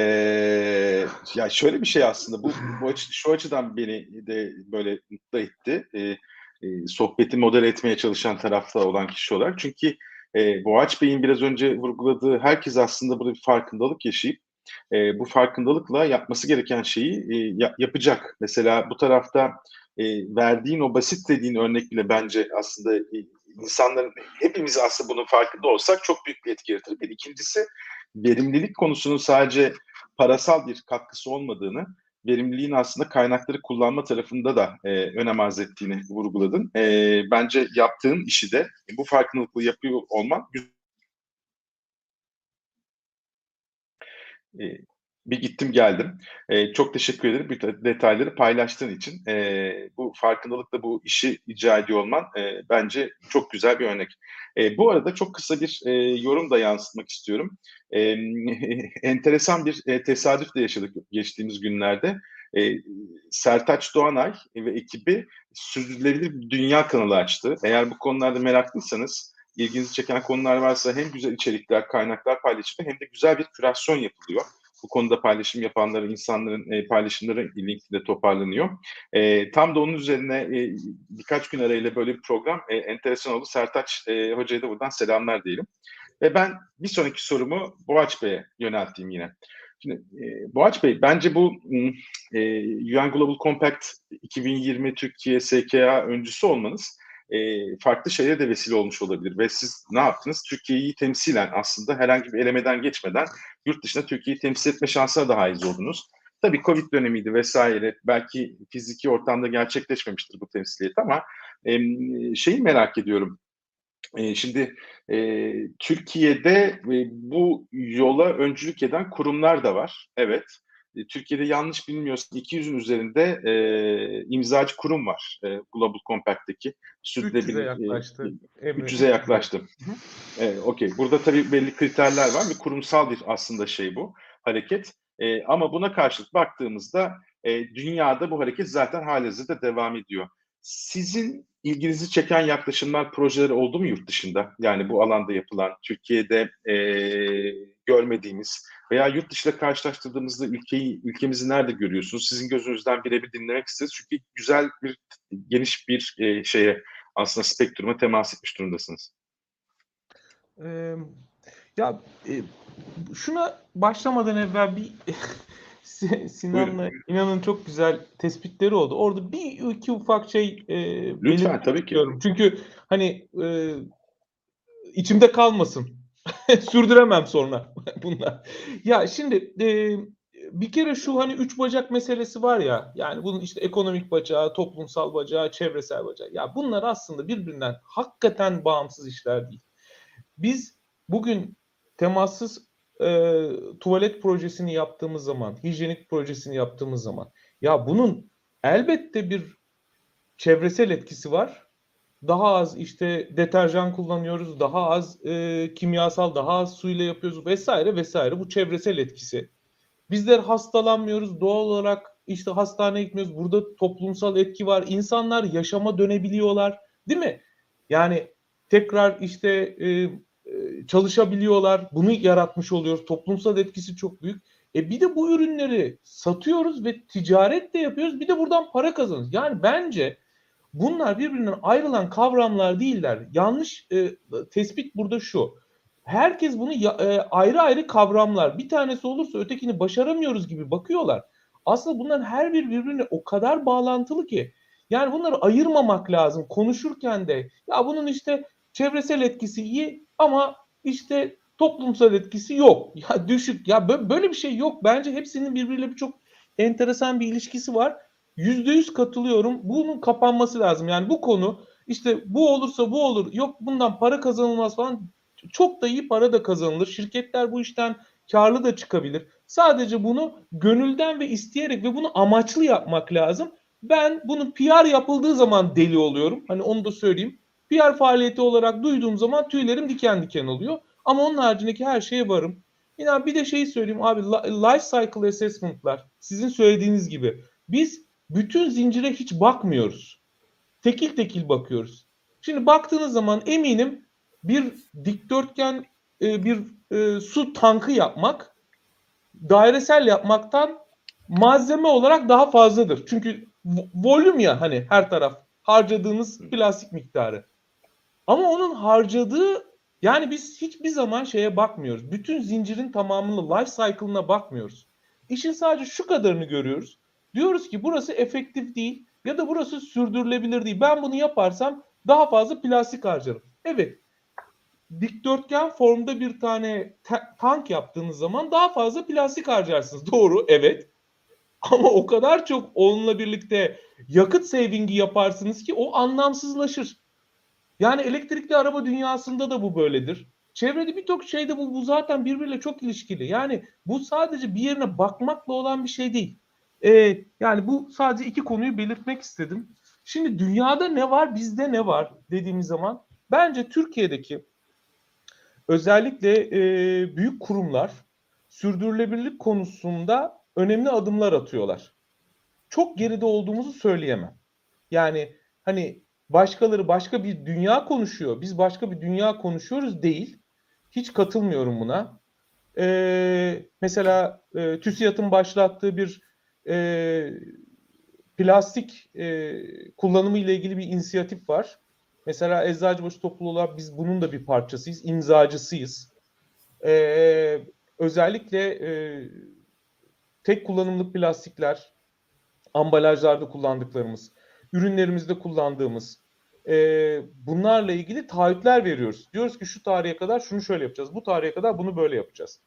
Ya şöyle bir şey aslında şu açıdan beni de böyle mutlu etti. Sohbeti modere etmeye çalışan tarafta olan kişi olarak. Çünkü Boğaç Bey'in biraz önce vurguladığı herkes aslında burada bir farkındalık yaşayıp bu farkındalıkla yapması gereken şeyi yapacak. Mesela bu tarafta verdiğin o basit dediğin örnek bile bence aslında insanların hepimiz aslında bunun farkında olsak çok büyük bir etki yaratır. Bir ikincisi verimlilik konusunun sadece parasal bir katkısı olmadığını, verimliliğin aslında kaynakları kullanma tarafında da önem arz ettiğini vurguladın. Bence yaptığın işi de bu farkındalıkla yapıyor olman güzel. bir gittim geldim. Çok teşekkür ederim bütün detayları paylaştığın için. Bu farkındalıkla bu işi icra ediyor olman bence çok güzel bir örnek. Bu arada çok kısa bir yorum da yansıtmak istiyorum. Enteresan bir tesadüf de yaşadık geçtiğimiz günlerde. Sertaç Doğanay ve ekibi Sürdürülebilir bir Dünya kanalı açtı. Eğer bu konularda meraklıysanız, ilginizi çeken konular varsa hem güzel içerikler, kaynaklar paylaşımı hem de güzel bir kürasyon yapılıyor. Bu konuda paylaşım yapanların, insanların paylaşımları linkinde toparlanıyor. Tam da onun üzerine birkaç gün arayla böyle bir program enteresan oldu. Sertaç Hoca'ya da buradan selamlar diyelim. Ve ben bir sonraki sorumu Boğaç Bey'e yönelteyim yine. Şimdi Boğaç Bey, bence bu UN Global Compact 2020 Türkiye SKA öncüsü olmanız farklı şeylere de vesile olmuş olabilir. Ve siz ne yaptınız? Türkiye'yi temsilen aslında herhangi bir elemeden geçmeden yurt dışında Türkiye'yi temsil etme şansına da haiz oldunuz. Tabii Covid dönemiydi vesaire. Belki fiziki ortamda gerçekleşmemiştir bu temsiliyet ama şeyi merak ediyorum. Şimdi Türkiye'de bu yola öncülük eden kurumlar da var. Evet. Türkiye'de yanlış bilmiyorsam 200'ün üzerinde imzacı kurum var Global Compact'teki. 300'e yaklaştı. 300'e yaklaştı. Okey. Burada tabii belli kriterler var ve kurumsal bir aslında şey bu hareket. Ama buna karşılık baktığımızda dünyada bu hareket zaten halihazırda devam ediyor. Sizin ilginizi çeken yaklaşımlar, projeler oldu mu yurt dışında? Yani bu alanda yapılan, Türkiye'de görmediğimiz veya yurt dışıyla karşılaştırdığımızda ülkemizi nerede görüyorsunuz? Sizin gözünüzden birebir dinlemek isteriz. Çünkü güzel bir, geniş bir şeye aslında spektruma temas etmiş durumdasınız. Ya şuna başlamadan evvel bir Sinan'la İnan'ın çok güzel tespitleri oldu. Orada bir iki ufak şey Lütfen, tabii ki. Çünkü hani içimde kalmasın. Sürdüremem sonra bunlar. Ya şimdi bir kere şu hani 3 bacak meselesi var ya, yani bunun işte ekonomik bacağı, toplumsal bacağı, çevresel bacağı. Ya bunlar aslında birbirinden hakikaten bağımsız işler değil. Biz bugün temassız tuvalet projesini yaptığımız zaman, hijyenik projesini yaptığımız zaman, ya bunun elbette bir çevresel etkisi var. Daha az işte deterjan kullanıyoruz, daha az kimyasal, daha az suyla yapıyoruz vesaire vesaire. Bu çevresel etkisi. Bizler hastalanmıyoruz, doğal olarak işte hastaneye gitmiyoruz. Burada toplumsal etki var. İnsanlar yaşama dönebiliyorlar, değil mi? Yani tekrar işte çalışabiliyorlar. Bunu yaratmış oluyoruz. Toplumsal etkisi çok büyük. Bir de bu ürünleri satıyoruz ve ticaret de yapıyoruz. Bir de buradan para kazanıyoruz. Yani bence bunlar birbirinden ayrılan kavramlar değiller. Yanlış tespit burada şu. Herkes bunu ayrı ayrı kavramlar. Bir tanesi olursa ötekini başaramıyoruz gibi bakıyorlar. Aslında bunların her biri birbirine o kadar bağlantılı ki. Yani bunları ayırmamak lazım. Konuşurken de ya bunun işte çevresel etkisi iyi ama işte toplumsal etkisi yok. Ya düşük. Ya böyle bir şey yok. Bence hepsinin birbiriyle çok enteresan bir ilişkisi var. %100 katılıyorum. Bunun kapanması lazım. Yani bu konu işte bu olursa bu olur. Yok bundan para kazanılmaz falan. Çok da iyi para da kazanılır. Şirketler bu işten karlı da çıkabilir. Sadece bunu gönülden ve isteyerek ve bunu amaçlı yapmak lazım. Ben bunu PR yapıldığı zaman deli oluyorum. Hani onu da söyleyeyim. PR faaliyeti olarak duyduğum zaman tüylerim diken diken oluyor. Ama onun haricindeki her şeye varım. Yine bir de şeyi söyleyeyim abi, life cycle assessment'lar sizin söylediğiniz gibi. Biz bütün zincire hiç bakmıyoruz. Tekil tekil bakıyoruz. Şimdi baktığınız zaman eminim bir dikdörtgen bir su tankı yapmak dairesel yapmaktan malzeme olarak daha fazladır. Çünkü volüm ya hani her taraf harcadığınız plastik miktarı. Ama onun harcadığı, yani biz hiçbir zaman şeye bakmıyoruz. Bütün zincirin tamamını, life cycle'ına bakmıyoruz. İşin sadece şu kadarını görüyoruz. Diyoruz ki burası efektif değil ya da burası sürdürülebilir değil. Ben bunu yaparsam daha fazla plastik harcarım. Evet. Dikdörtgen formda bir tane tank yaptığınız zaman daha fazla plastik harcarsınız. Doğru, evet. Ama o kadar çok onunla birlikte yakıt saving'i yaparsınız ki o anlamsızlaşır. Yani elektrikli araba dünyasında da bu böyledir. çevrede birçok şeyde bu zaten birbiriyle çok ilişkili. Yani bu sadece bir yerine bakmakla olan bir şey değil. Yani bu sadece iki konuyu belirtmek istedim. Şimdi dünyada ne var, bizde ne var dediğimiz zaman bence Türkiye'deki özellikle büyük kurumlar sürdürülebilirlik konusunda önemli adımlar atıyorlar. Çok geride olduğumuzu söyleyemem. Yani hani başkaları başka bir dünya konuşuyor, biz başka bir dünya konuşuyoruz değil. Hiç katılmıyorum buna. Mesela TÜSİAD'ın başlattığı bir plastik kullanımı ile ilgili bir inisiyatif var. Mesela Eczacıbaşı topluluğu olarak biz bunun da bir parçasıyız, imzacısıyız. Özellikle tek kullanımlık plastikler, ambalajlarda kullandıklarımız, ürünlerimizde kullandığımız bunlarla ilgili taahhütler veriyoruz. Diyoruz ki şu tarihe kadar şunu şöyle yapacağız, bu tarihe kadar bunu böyle yapacağız.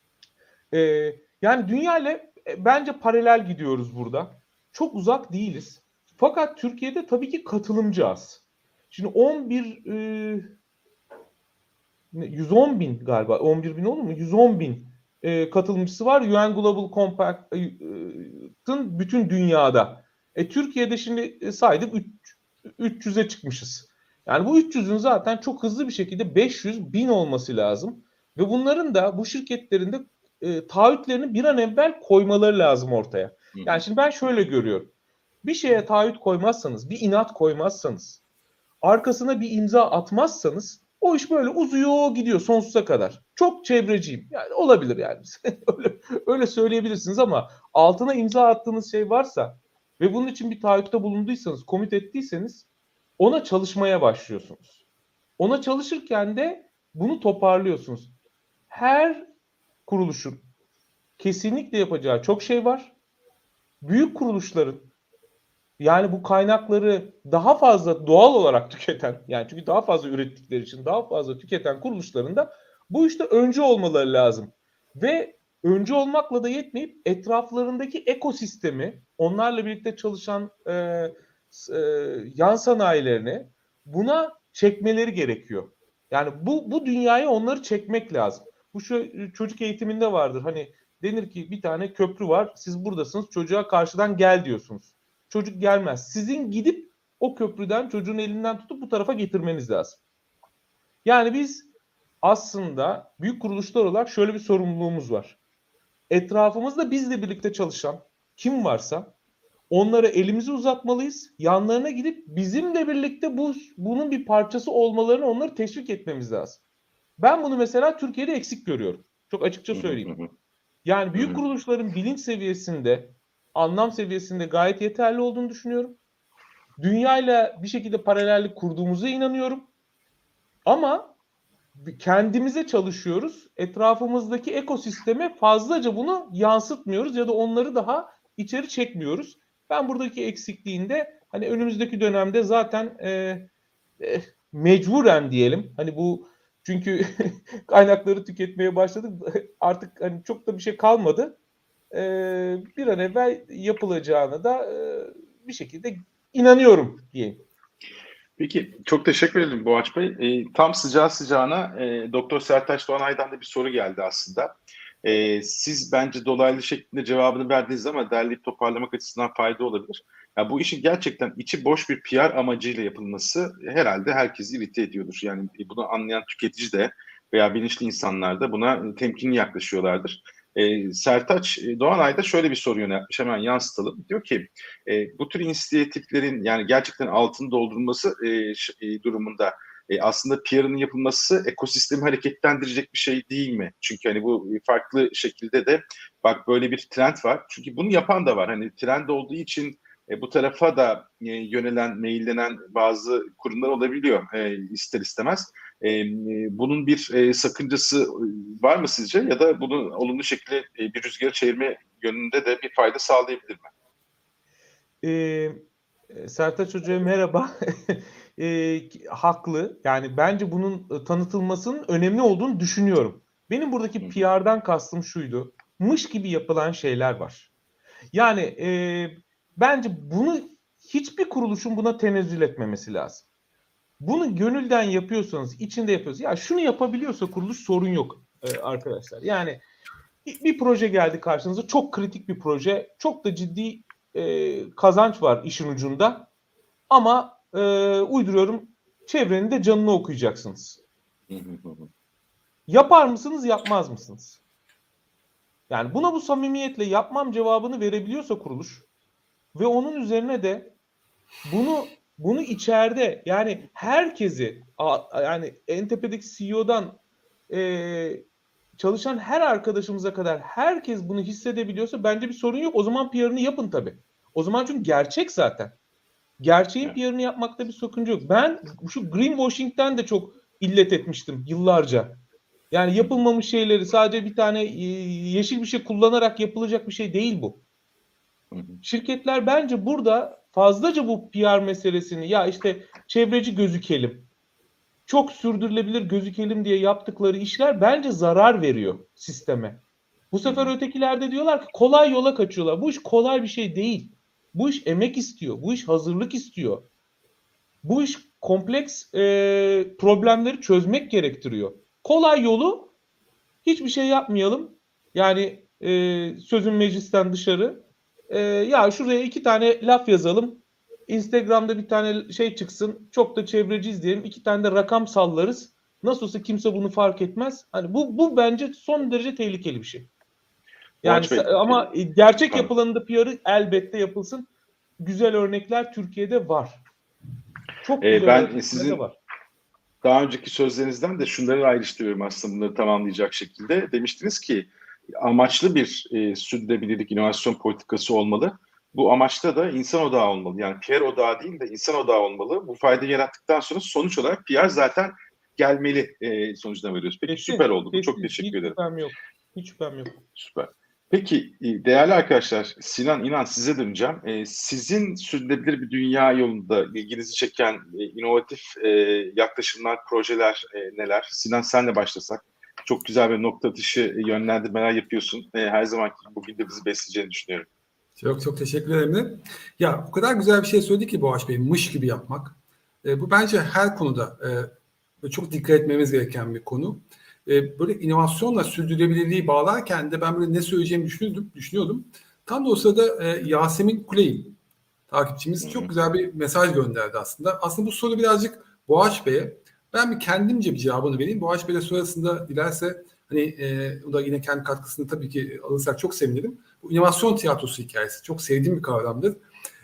Yani dünya ile bence paralel gidiyoruz burada. Çok uzak değiliz. Fakat Türkiye'de tabii ki katılımcı az. Şimdi 110 bin galiba, 11 bin olur mu? 110 bin katılımcısı var UN Global Compact'ın bütün dünyada. Türkiye'de şimdi saydık 300'e çıkmışız. Yani bu 300'ün zaten çok hızlı bir şekilde 500 bin olması lazım. Ve bunların da bu şirketlerin de taahhütlerini bir an evvel koymaları lazım ortaya. Yani şimdi ben şöyle görüyorum. Bir şeye taahhüt koymazsanız, bir inat koymazsanız, arkasına bir imza atmazsanız o iş böyle uzuyor gidiyor sonsuza kadar. Çok çevreciyim. Yani olabilir yani. öyle söyleyebilirsiniz ama altına imza attığınız şey varsa ve bunun için bir taahhütte bulunduysanız, komit ettiyseniz ona çalışmaya başlıyorsunuz. Ona çalışırken de bunu toparlıyorsunuz. Her kuruluşun kesinlikle yapacağı çok şey var. Büyük kuruluşların yani bu kaynakları daha fazla doğal olarak tüketen, yani çünkü daha fazla ürettikleri için daha fazla tüketen kuruluşların da bu işte öncü olmaları lazım. Ve öncü olmakla da yetmeyip etraflarındaki ekosistemi, onlarla birlikte çalışan yan sanayilerini buna çekmeleri gerekiyor. Yani bu dünyaya onları çekmek lazım. Bu çocuk eğitiminde vardır. Hani denir ki bir tane köprü var, siz buradasınız, çocuğa karşıdan gel diyorsunuz. Çocuk gelmez. Sizin gidip o köprüden çocuğun elinden tutup bu tarafa getirmeniz lazım. Yani biz aslında büyük kuruluşlar olarak şöyle bir sorumluluğumuz var. Etrafımızda bizle birlikte çalışan kim varsa onlara elimizi uzatmalıyız. Yanlarına gidip bizimle birlikte bunun bir parçası olmalarını onları teşvik etmemiz lazım. Ben bunu mesela Türkiye'de eksik görüyorum. Çok açıkça söyleyeyim. Yani büyük kuruluşların bilinç seviyesinde, anlam seviyesinde gayet yeterli olduğunu düşünüyorum. Dünyayla bir şekilde paralellik kurduğumuza inanıyorum. Ama kendimize çalışıyoruz. Etrafımızdaki ekosisteme fazlaca bunu yansıtmıyoruz ya da onları daha içeri çekmiyoruz. Ben buradaki eksikliğinde hani önümüzdeki dönemde zaten mecburen diyelim. Hani bu çünkü kaynakları tüketmeye başladık. Artık hani çok da bir şey kalmadı. Bir an evvel yapılacağına da bir şekilde inanıyorum diyeyim. Peki çok teşekkür ederim Boğaç Bey. Tam sıcağı sıcağına Doktor Sertaç Doğanay'dan da bir soru geldi aslında. Siz bence dolaylı şeklinde cevabını verdiniz ama derleyip toparlamak açısından fayda olabilir. Yani bu işin gerçekten içi boş bir PR amacıyla yapılması herhalde herkesi irite ediyordur. Yani bunu anlayan tüketici de veya bilinçli insanlar da buna temkinli yaklaşıyorlardır. Sertaç Doğanay da şöyle bir soru yöneltmiş, hemen yansıtalım. Diyor ki bu tür inisiyatiflerin yani gerçekten altını doldurulması durumunda aslında PR'ın yapılması ekosistemi hareketlendirecek bir şey değil mi? Çünkü hani bu farklı şekilde de bak böyle bir trend var. Çünkü bunu yapan da var. Hani trend olduğu için bu tarafa da yönelen, meyillenen bazı kurumlar olabiliyor ister istemez. Bunun bir sakıncası var mı sizce? Ya da bunu olumlu şekilde bir rüzgarı çevirme yönünde de bir fayda sağlayabilir mi? Sertaç Hoca'ya merhaba. Haklı. Yani bence bunun tanıtılmasının önemli olduğunu düşünüyorum. Benim buradaki PR'dan kastım şuydu. Mış gibi yapılan şeyler var. Yani bence bunu hiçbir kuruluşun buna tenezzül etmemesi lazım. Bunu gönülden yapıyorsanız, içinde yapıyorsanız, ya şunu yapabiliyorsa kuruluş sorun yok arkadaşlar. Yani bir proje geldi karşınıza, çok kritik bir proje, çok da ciddi kazanç var işin ucunda ama uyduruyorum çevrenin de canını okuyacaksınız. Yapar mısınız, yapmaz mısınız? Yani buna bu samimiyetle yapmam cevabını verebiliyorsa kuruluş ve onun üzerine de bunu içeride, yani herkesi, yani en tepedeki CEO'dan çalışan her arkadaşımıza kadar herkes bunu hissedebiliyorsa bence bir sorun yok. O zaman PR'ını yapın tabii. O zaman çünkü gerçek zaten. Gerçeğin PR'ını yapmakta bir sakınca yok. Ben şu greenwashing'ten de çok illet etmiştim yıllarca. Yani yapılmamış şeyleri sadece bir tane yeşil bir şey kullanarak yapılacak bir şey değil bu. Şirketler bence burada fazlaca bu PR meselesini, ya işte çevreci gözükelim, çok sürdürülebilir gözükelim diye yaptıkları işler bence zarar veriyor sisteme. Bu sefer ötekilerde diyorlar ki kolay yola kaçıyorlar. Bu iş kolay bir şey değil. Bu iş emek istiyor. Bu iş hazırlık istiyor. Bu iş kompleks problemleri çözmek gerektiriyor. Kolay yolu hiçbir şey yapmayalım. Yani sözün meclisten dışarı. Ya şuraya 2 tane laf yazalım. Instagram'da bir tane şey çıksın. Çok da çevreciyiz diyelim. 2 tane de rakam sallarız. Nasıl olsa kimse bunu fark etmez. Hani bu bence son derece tehlikeli bir şey. Yani ama gerçek yapılanında PR'ı elbette yapılsın. Güzel örnekler Türkiye'de var. Çok güzel ben sizin var. Daha önceki sözlerinizden de şunları ayrıştırıyorum aslında bunları tamamlayacak şekilde. Demiştiniz ki amaçlı bir sürdürülebilirlik inovasyon politikası olmalı. Bu amaçta da insan odağı olmalı. Yani PR odağı değil de insan odağı olmalı. Bu faydayı yarattıktan sonra sonuç olarak PR zaten gelmeli sonucuna veriyoruz. Peki Kesin, süper oldu. kesin. Çok teşekkür ederim. Hiç şüphem yok. Süper. Peki değerli arkadaşlar, Sinan İnan size döneceğim. Sizin sürdürülebilir bir dünya yolunda ilginizi çeken inovatif yaklaşımlar, projeler neler? Sinan senle başlasak. Çok güzel bir nokta atışı yönlendirmeler yapıyorsun. Her zamanki bugün de bizi besleyeceğini düşünüyorum. Çok teşekkür ederim. Ya o kadar güzel bir şey söyledi ki Boğaç Bey, mış gibi yapmak. Bu bence her konuda çok dikkat etmemiz gereken bir konu. Böyle inovasyonla sürdürülebilirliği bağlarken de ben böyle ne söyleyeceğimi düşünüyordum. Tam da o sırada Yasemin Kuley'in takipçimiz çok güzel bir mesaj gönderdi aslında. Aslında bu soru birazcık Boğaç Bey'e. Ben kendimce bir cevabını vereyim. Boğaç Bey de sonrasında dilerse hani o da yine kendi katkısını tabii ki alırsak çok sevinirim. Bu inovasyon tiyatrosu hikayesi çok sevdiğim bir kavramdır.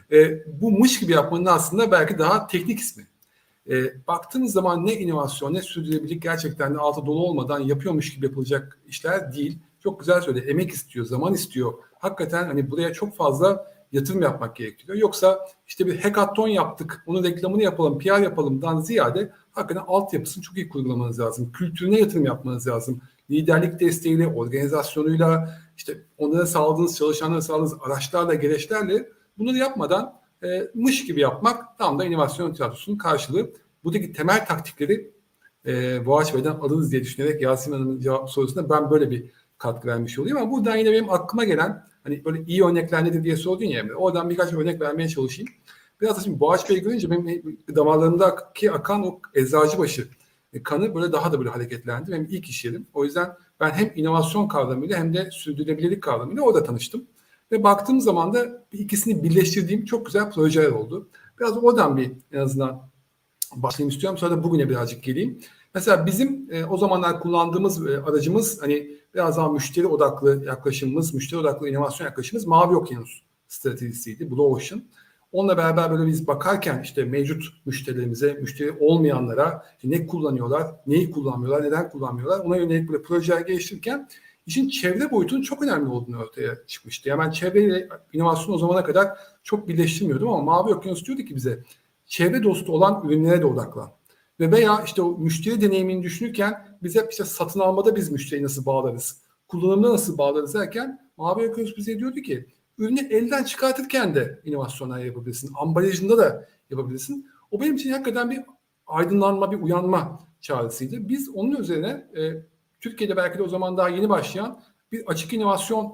Bu mış gibi yapmanın aslında belki daha teknik ismi. Baktığınız zaman ne inovasyon ne sürdürülebilirlik gerçekten de altı dolu olmadan yapıyormuş gibi yapılacak işler değil. Çok güzel söyledi. Emek istiyor, zaman istiyor. Hakikaten hani buraya çok fazla yatırım yapmak gerekiyor. Yoksa işte bir hackathon yaptık, onun reklamını yapalım, PR yapalımdan ziyade hakikaten altyapısını çok iyi kurgulamanız lazım. Kültürüne yatırım yapmanız lazım. Liderlik desteğiyle, organizasyonuyla, işte onlara sağladığınız, çalışanlara sağladığınız araçlarla, gereçlerle bunları yapmadan mış gibi yapmak tam da inovasyon tiyatrosunun karşılığı. Buradaki temel taktikleri Boğaç Bey'den alırız diye düşünerek Yasemin Hanım'ın cevap sorusuna ben böyle bir katkı vermiş olayım. Ama buradan yine benim aklıma gelen hani böyle iyi örnekler nedir diye sordun ya Emre. Oradan birkaç örnek vermeye çalışayım. Biraz da şimdi Boğaç Bey görünce benim damarlarındaki akan o Eczacıbaşı kanı böyle daha da böyle hareketlendi. Benim ilk iş yerim. O yüzden ben hem inovasyon kavramıyla hem de sürdürülebilirlik kavramıyla orada tanıştım. Ve baktığım zaman da ikisini birleştirdiğim çok güzel projeler oldu. Biraz oradan bir en azından başlayayım istiyorum. Sonra da bugüne birazcık geleyim. Mesela bizim o zamanlar kullandığımız aracımız hani biraz daha müşteri odaklı yaklaşımımız, müşteri odaklı inovasyon yaklaşımımız Mavi Okyanus stratejisiydi. Blue Ocean. Onunla beraber böyle biz bakarken işte mevcut müşterilerimize, müşteri olmayanlara ne kullanıyorlar, neyi kullanmıyorlar, neden kullanmıyorlar ona yönelik böyle projeler geliştirirken işin çevre boyutunun çok önemli olduğunu ortaya çıkmıştı. Yani ben çevreyle inovasyonu o zamana kadar çok birleştirmiyordum ama Mavi Okyanus diyordu ki bize çevre dostu olan ürünlere de odaklan. Ve veya işte o müşteri deneyimini düşünürken bize işte satın almada biz müşteriyi nasıl bağlarız, kullanımda nasıl bağlarız derken Mavi Okyanus bize diyordu ki ürünü elden çıkartırken de inovasyonlar yapabilirsin. Ambalajında da yapabilirsin. O benim için hakikaten bir aydınlanma, bir uyanma çağrısıydı. Biz onun üzerine Türkiye'de belki de o zaman daha yeni başlayan bir açık inovasyon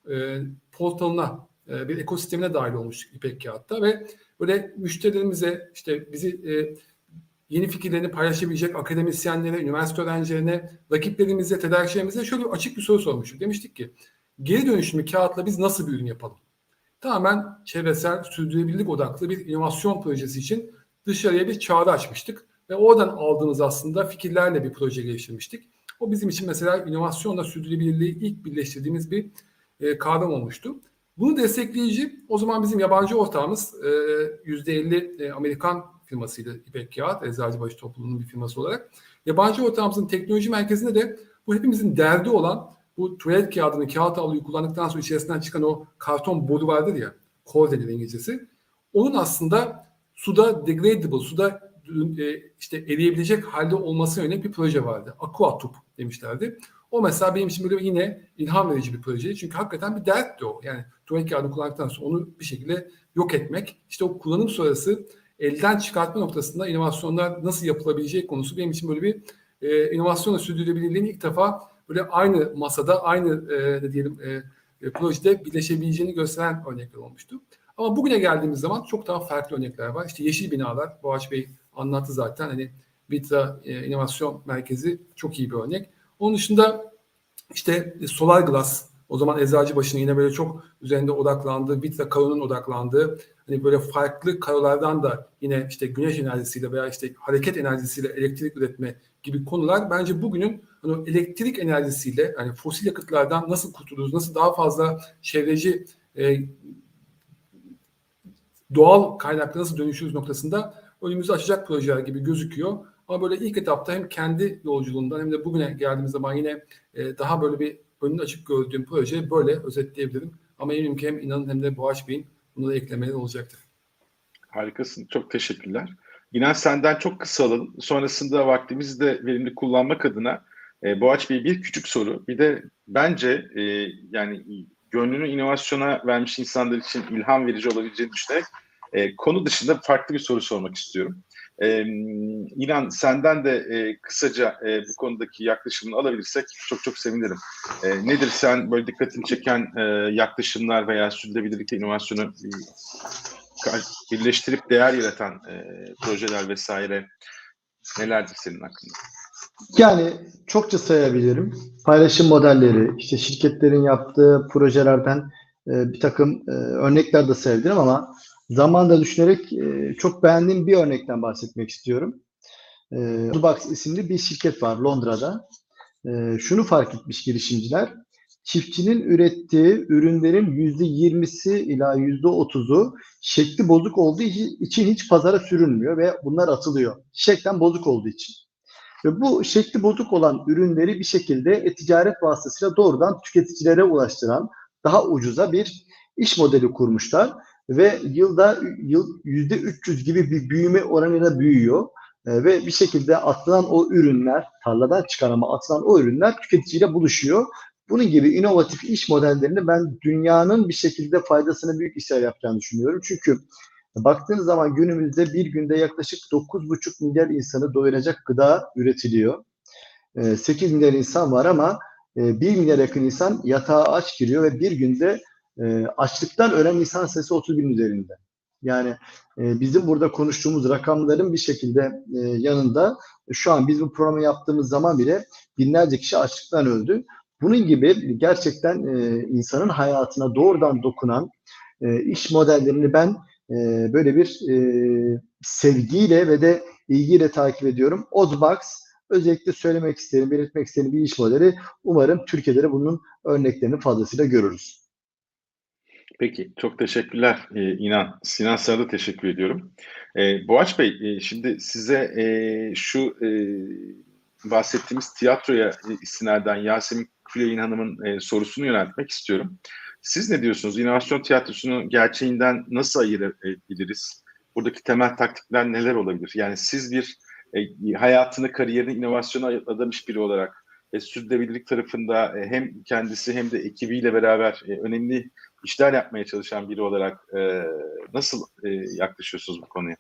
portalına, bir ekosistemine dahil olmuştuk İpek Kağıt'ta ve böyle müşterilerimize işte bizi yeni fikirlerini paylaşabilecek akademisyenlere, üniversite öğrencilerine, rakiplerimize, tedarikçilerimize şöyle açık bir soru sormuştuk. Demiştik ki geri dönüşümlü kağıtla biz nasıl bir ürün yapalım? Tamamen çevresel, sürdürülebilirlik odaklı bir inovasyon projesi için dışarıya bir çağrı açmıştık. Ve oradan aldığımız aslında fikirlerle bir proje geliştirmiştik. O bizim için mesela inovasyonla sürdürülebilirliği ilk birleştirdiğimiz bir kavram olmuştu. Bunu destekleyici o zaman bizim yabancı ortağımız %50 Amerikan firmasıydı İpek Kağıt, Eczacıbaşı topluluğunun bir firması olarak. Yabancı ortağımızın teknoloji merkezinde de bu hepimizin derdi olan bu tuvalet kağıdını, kağıt havluyu kullandıktan sonra içerisinden çıkan o karton boru vardır ya, kol denir İngilizcesi. Onun aslında suda degradable, suda işte eriyebilecek halde olmasına yönelik bir proje vardı. Aquatub demişlerdi. O mesela benim için böyle yine ilham verici bir projeydi. Çünkü hakikaten bir dertti o. Yani tuvalet kağıdını kullandıktan sonra onu bir şekilde yok etmek. İşte o kullanım sonrası elden çıkartma noktasında inovasyonlar nasıl yapılabileceği konusu benim için böyle bir inovasyonla sürdürülebilirliğin ilk defa böyle aynı masada, aynı projede birleşebileceğini gösteren örnekler olmuştu. Ama bugüne geldiğimiz zaman çok daha farklı örnekler var. İşte yeşil binalar, Boğaç Bey anlattı zaten. Hani Vitra İnovasyon Merkezi çok iyi bir örnek. Onun dışında işte Solar Glass, o zaman Eczacıbaşı'nın yine böyle çok üzerinde odaklandığı, Vitra Karo'nun odaklandığı, hani böyle farklı karolardan da yine işte güneş enerjisiyle veya işte hareket enerjisiyle elektrik üretme gibi konular bence bugünün hani elektrik enerjisiyle, hani fosil yakıtlardan nasıl kurtuluruz, nasıl daha fazla çevreci doğal kaynaklara nasıl dönüşürüz noktasında önümüzü açacak projeler gibi gözüküyor. Ama böyle ilk etapta hem kendi yolculuğundan hem de bugüne geldiğimiz zaman yine daha böyle bir önünü açık gördüğüm proje böyle özetleyebilirim. Ama eminim ki hem İnan'ın hem de Boğaç Bey'in bunları eklemeleri olacaktır. Harikasın. Çok teşekkürler. İnan senden çok kısa alalım. Sonrasında vaktimizi de verimli kullanmak adına Boğaç Bey bir küçük soru. Bir de bence yani gönlünü inovasyona vermiş insanlar için ilham verici olabileceğini düşünerek konu dışında farklı bir soru sormak istiyorum. İnan senden de kısaca bu konudaki yaklaşımını alabilirsek çok çok sevinirim. Nedir sen böyle dikkatini çeken yaklaşımlar veya sürdürülebilirlikte inovasyonu birleştirip değer yaratan projeler vesaire nelerdir senin aklında? Yani çokça sayabilirim. Paylaşım modelleri, işte şirketlerin yaptığı projelerden bir takım örnekler de sayabilirim ama zamanda düşünerek çok beğendiğim bir örnekten bahsetmek istiyorum. Toolbox isimli bir şirket var Londra'da. Şunu fark etmiş girişimciler, çiftçinin ürettiği ürünlerin %20'si ila %30'u şekli bozuk olduğu için hiç pazara sürülmüyor ve bunlar atılıyor. Şeklen bozuk olduğu için. Ve bu şekli bozuk olan ürünleri bir şekilde ticaret vasıtasıyla doğrudan tüketicilere ulaştıran daha ucuza bir iş modeli kurmuşlar ve yılda %300 gibi bir büyüme oranıyla büyüyor. Ve bir şekilde atılan o ürünler, tarladan çıkan ama atılan o ürünler tüketiciyle buluşuyor. Bunun gibi inovatif iş modellerini ben dünyanın bir şekilde faydasını büyük işler yapacağını düşünüyorum. Çünkü baktığınız zaman günümüzde bir günde yaklaşık 9,5 milyar insanı doyuracak gıda üretiliyor. 8 milyar insan var ama 1 milyar yakın insan yatağa aç giriyor ve bir günde açlıktan ölen insan sayısı 30 bin üzerinde. Yani bizim burada konuştuğumuz rakamların bir şekilde yanında şu an biz bu programı yaptığımız zaman bile binlerce kişi açlıktan öldü. Bunun gibi gerçekten insanın hayatına doğrudan dokunan iş modellerini ben böyle bir sevgiyle ve de ilgiyle takip ediyorum. Ozbox özellikle söylemek isterim, belirtmek istediğim bir iş modeli. Umarım Türkiye'de de bunun örneklerini fazlasıyla görürüz. Peki, çok teşekkürler İnan. Sinan sana da teşekkür ediyorum. Boğaç Bey, şimdi size şu bahsettiğimiz tiyatroya istinaden Yasemin Küley'in Hanım'ın sorusunu yöneltmek istiyorum. Siz ne diyorsunuz? İnovasyon tiyatrosunu gerçeğinden nasıl ayırabiliriz? Buradaki temel taktikler neler olabilir? Yani siz bir hayatını, kariyerini inovasyona adamış biri olarak sürdürülebilirlik tarafında hem kendisi hem de ekibiyle beraber önemli işler yapmaya çalışan biri olarak nasıl yaklaşıyorsunuz bu konuya?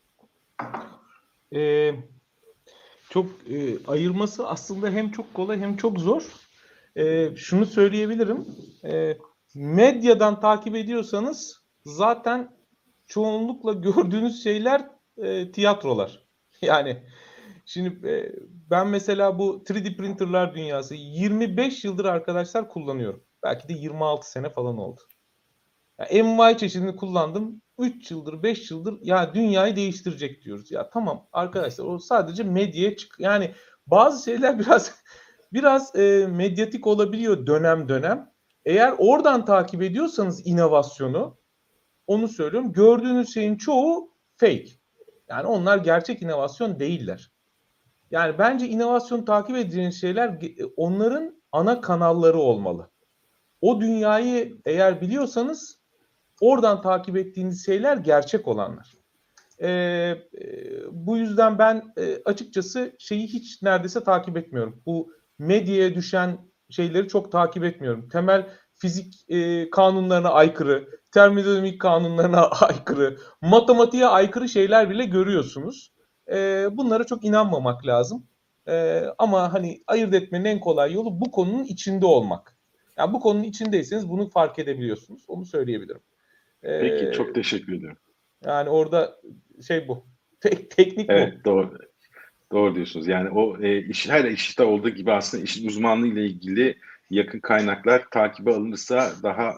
Çok ayırması aslında hem çok kolay hem çok zor. Şunu söyleyebilirim. Medyadan takip ediyorsanız zaten çoğunlukla gördüğünüz şeyler tiyatrolar. Yani Şimdi ben mesela bu 3D printerlar dünyası 25 yıldır arkadaşlar kullanıyorum. Belki de 26 sene falan oldu. Yani MY çeşidini kullandım. 3 yıldır, 5 yıldır ya dünyayı değiştirecek diyoruz. Ya tamam arkadaşlar, o sadece medyaya yani bazı şeyler biraz medyatik olabiliyor dönem dönem. Eğer oradan takip ediyorsanız inovasyonu, onu söylüyorum, gördüğünüz şeyin çoğu fake. Yani onlar gerçek inovasyon değiller. Yani bence inovasyon takip edeceğiniz şeyler onların ana kanalları olmalı. O dünyayı eğer biliyorsanız oradan takip ettiğiniz şeyler gerçek olanlar. Bu yüzden ben açıkçası şeyi hiç neredeyse takip etmiyorum. Bu medyaya düşen şeyleri çok takip etmiyorum. Temel fizik kanunlarına aykırı, termodinamik kanunlarına aykırı, matematiğe aykırı şeyler bile görüyorsunuz. Bunlara çok inanmamak lazım. Ama hani ayırt etmenin en kolay yolu bu konunun içinde olmak. Yani bu konunun içindeyseniz bunu fark edebiliyorsunuz. Onu söyleyebilirim. Peki, çok teşekkür ederim. Yani orada şey bu. Teknik bu. Evet, doğru. Doğru diyorsunuz. Yani o her işte olduğu gibi aslında işin uzmanlığı ile ilgili yakın kaynaklar takibe alınırsa daha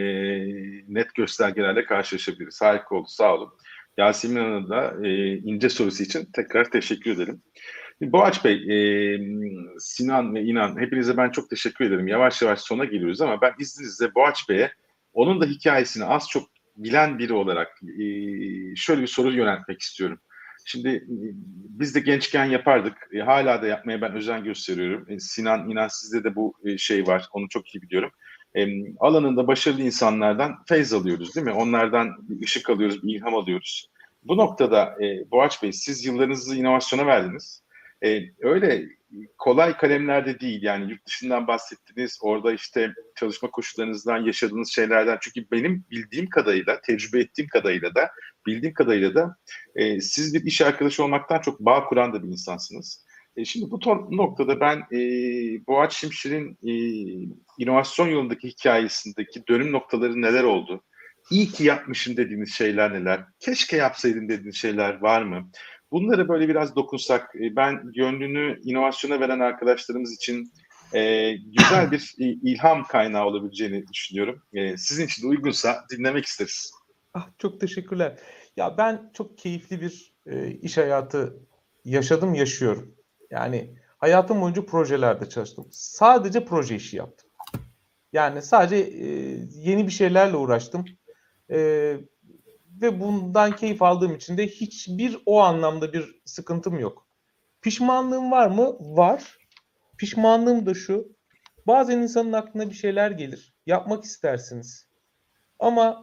net göstergelerle karşılaşabiliriz. Harika oldu. Sağ olun. Yasemin Hanım'a da ince sorusu için tekrar teşekkür ederim. Boğaç Bey, Sinan ve İnan, hepinize ben çok teşekkür ederim. Yavaş yavaş sona geliyoruz ama ben izninizle Boğaç Bey'e onun da hikayesini az çok bilen biri olarak şöyle bir soru yöneltmek istiyorum. Şimdi biz de gençken yapardık. Hala da yapmaya ben özen gösteriyorum. Sinan, İnan, sizde de bu şey var. Onu çok iyi biliyorum. Alanında başarılı insanlardan feyz alıyoruz, değil mi? Onlardan bir ışık alıyoruz, bir ilham alıyoruz. Bu noktada Boğaç Bey, siz yıllarınızı inovasyona verdiniz. Öyle kolay kalemlerde değil, yani yurt dışından bahsettiniz, orada işte çalışma koşullarınızdan, yaşadığınız şeylerden, çünkü benim bildiğim kadarıyla, tecrübe ettiğim kadarıyla da, bildiğim kadarıyla da siz bir iş arkadaşı olmaktan çok bağ kuran da bir insansınız. Şimdi bu noktada ben Boğaç Şimşir'in inovasyon yolundaki hikayesindeki dönüm noktaları neler oldu? İyi ki yapmışım dediğiniz şeyler neler? Keşke yapsaydım dediğiniz şeyler var mı? Bunları böyle biraz dokunsak, ben gönlünü inovasyona veren arkadaşlarımız için güzel bir ilham kaynağı olabileceğini düşünüyorum. Sizin için de uygunsa dinlemek isteriz. Çok teşekkürler. Ya ben çok keyifli bir iş hayatı yaşadım, yaşıyorum. Yani hayatım boyunca projelerde çalıştım. Sadece proje işi yaptım. Yani sadece yeni bir şeylerle uğraştım. Ve bundan keyif aldığım için de hiçbir o anlamda bir sıkıntım yok. Pişmanlığım var mı? Var. Pişmanlığım da şu. Bazen insanın aklına bir şeyler gelir. Yapmak istersiniz. Ama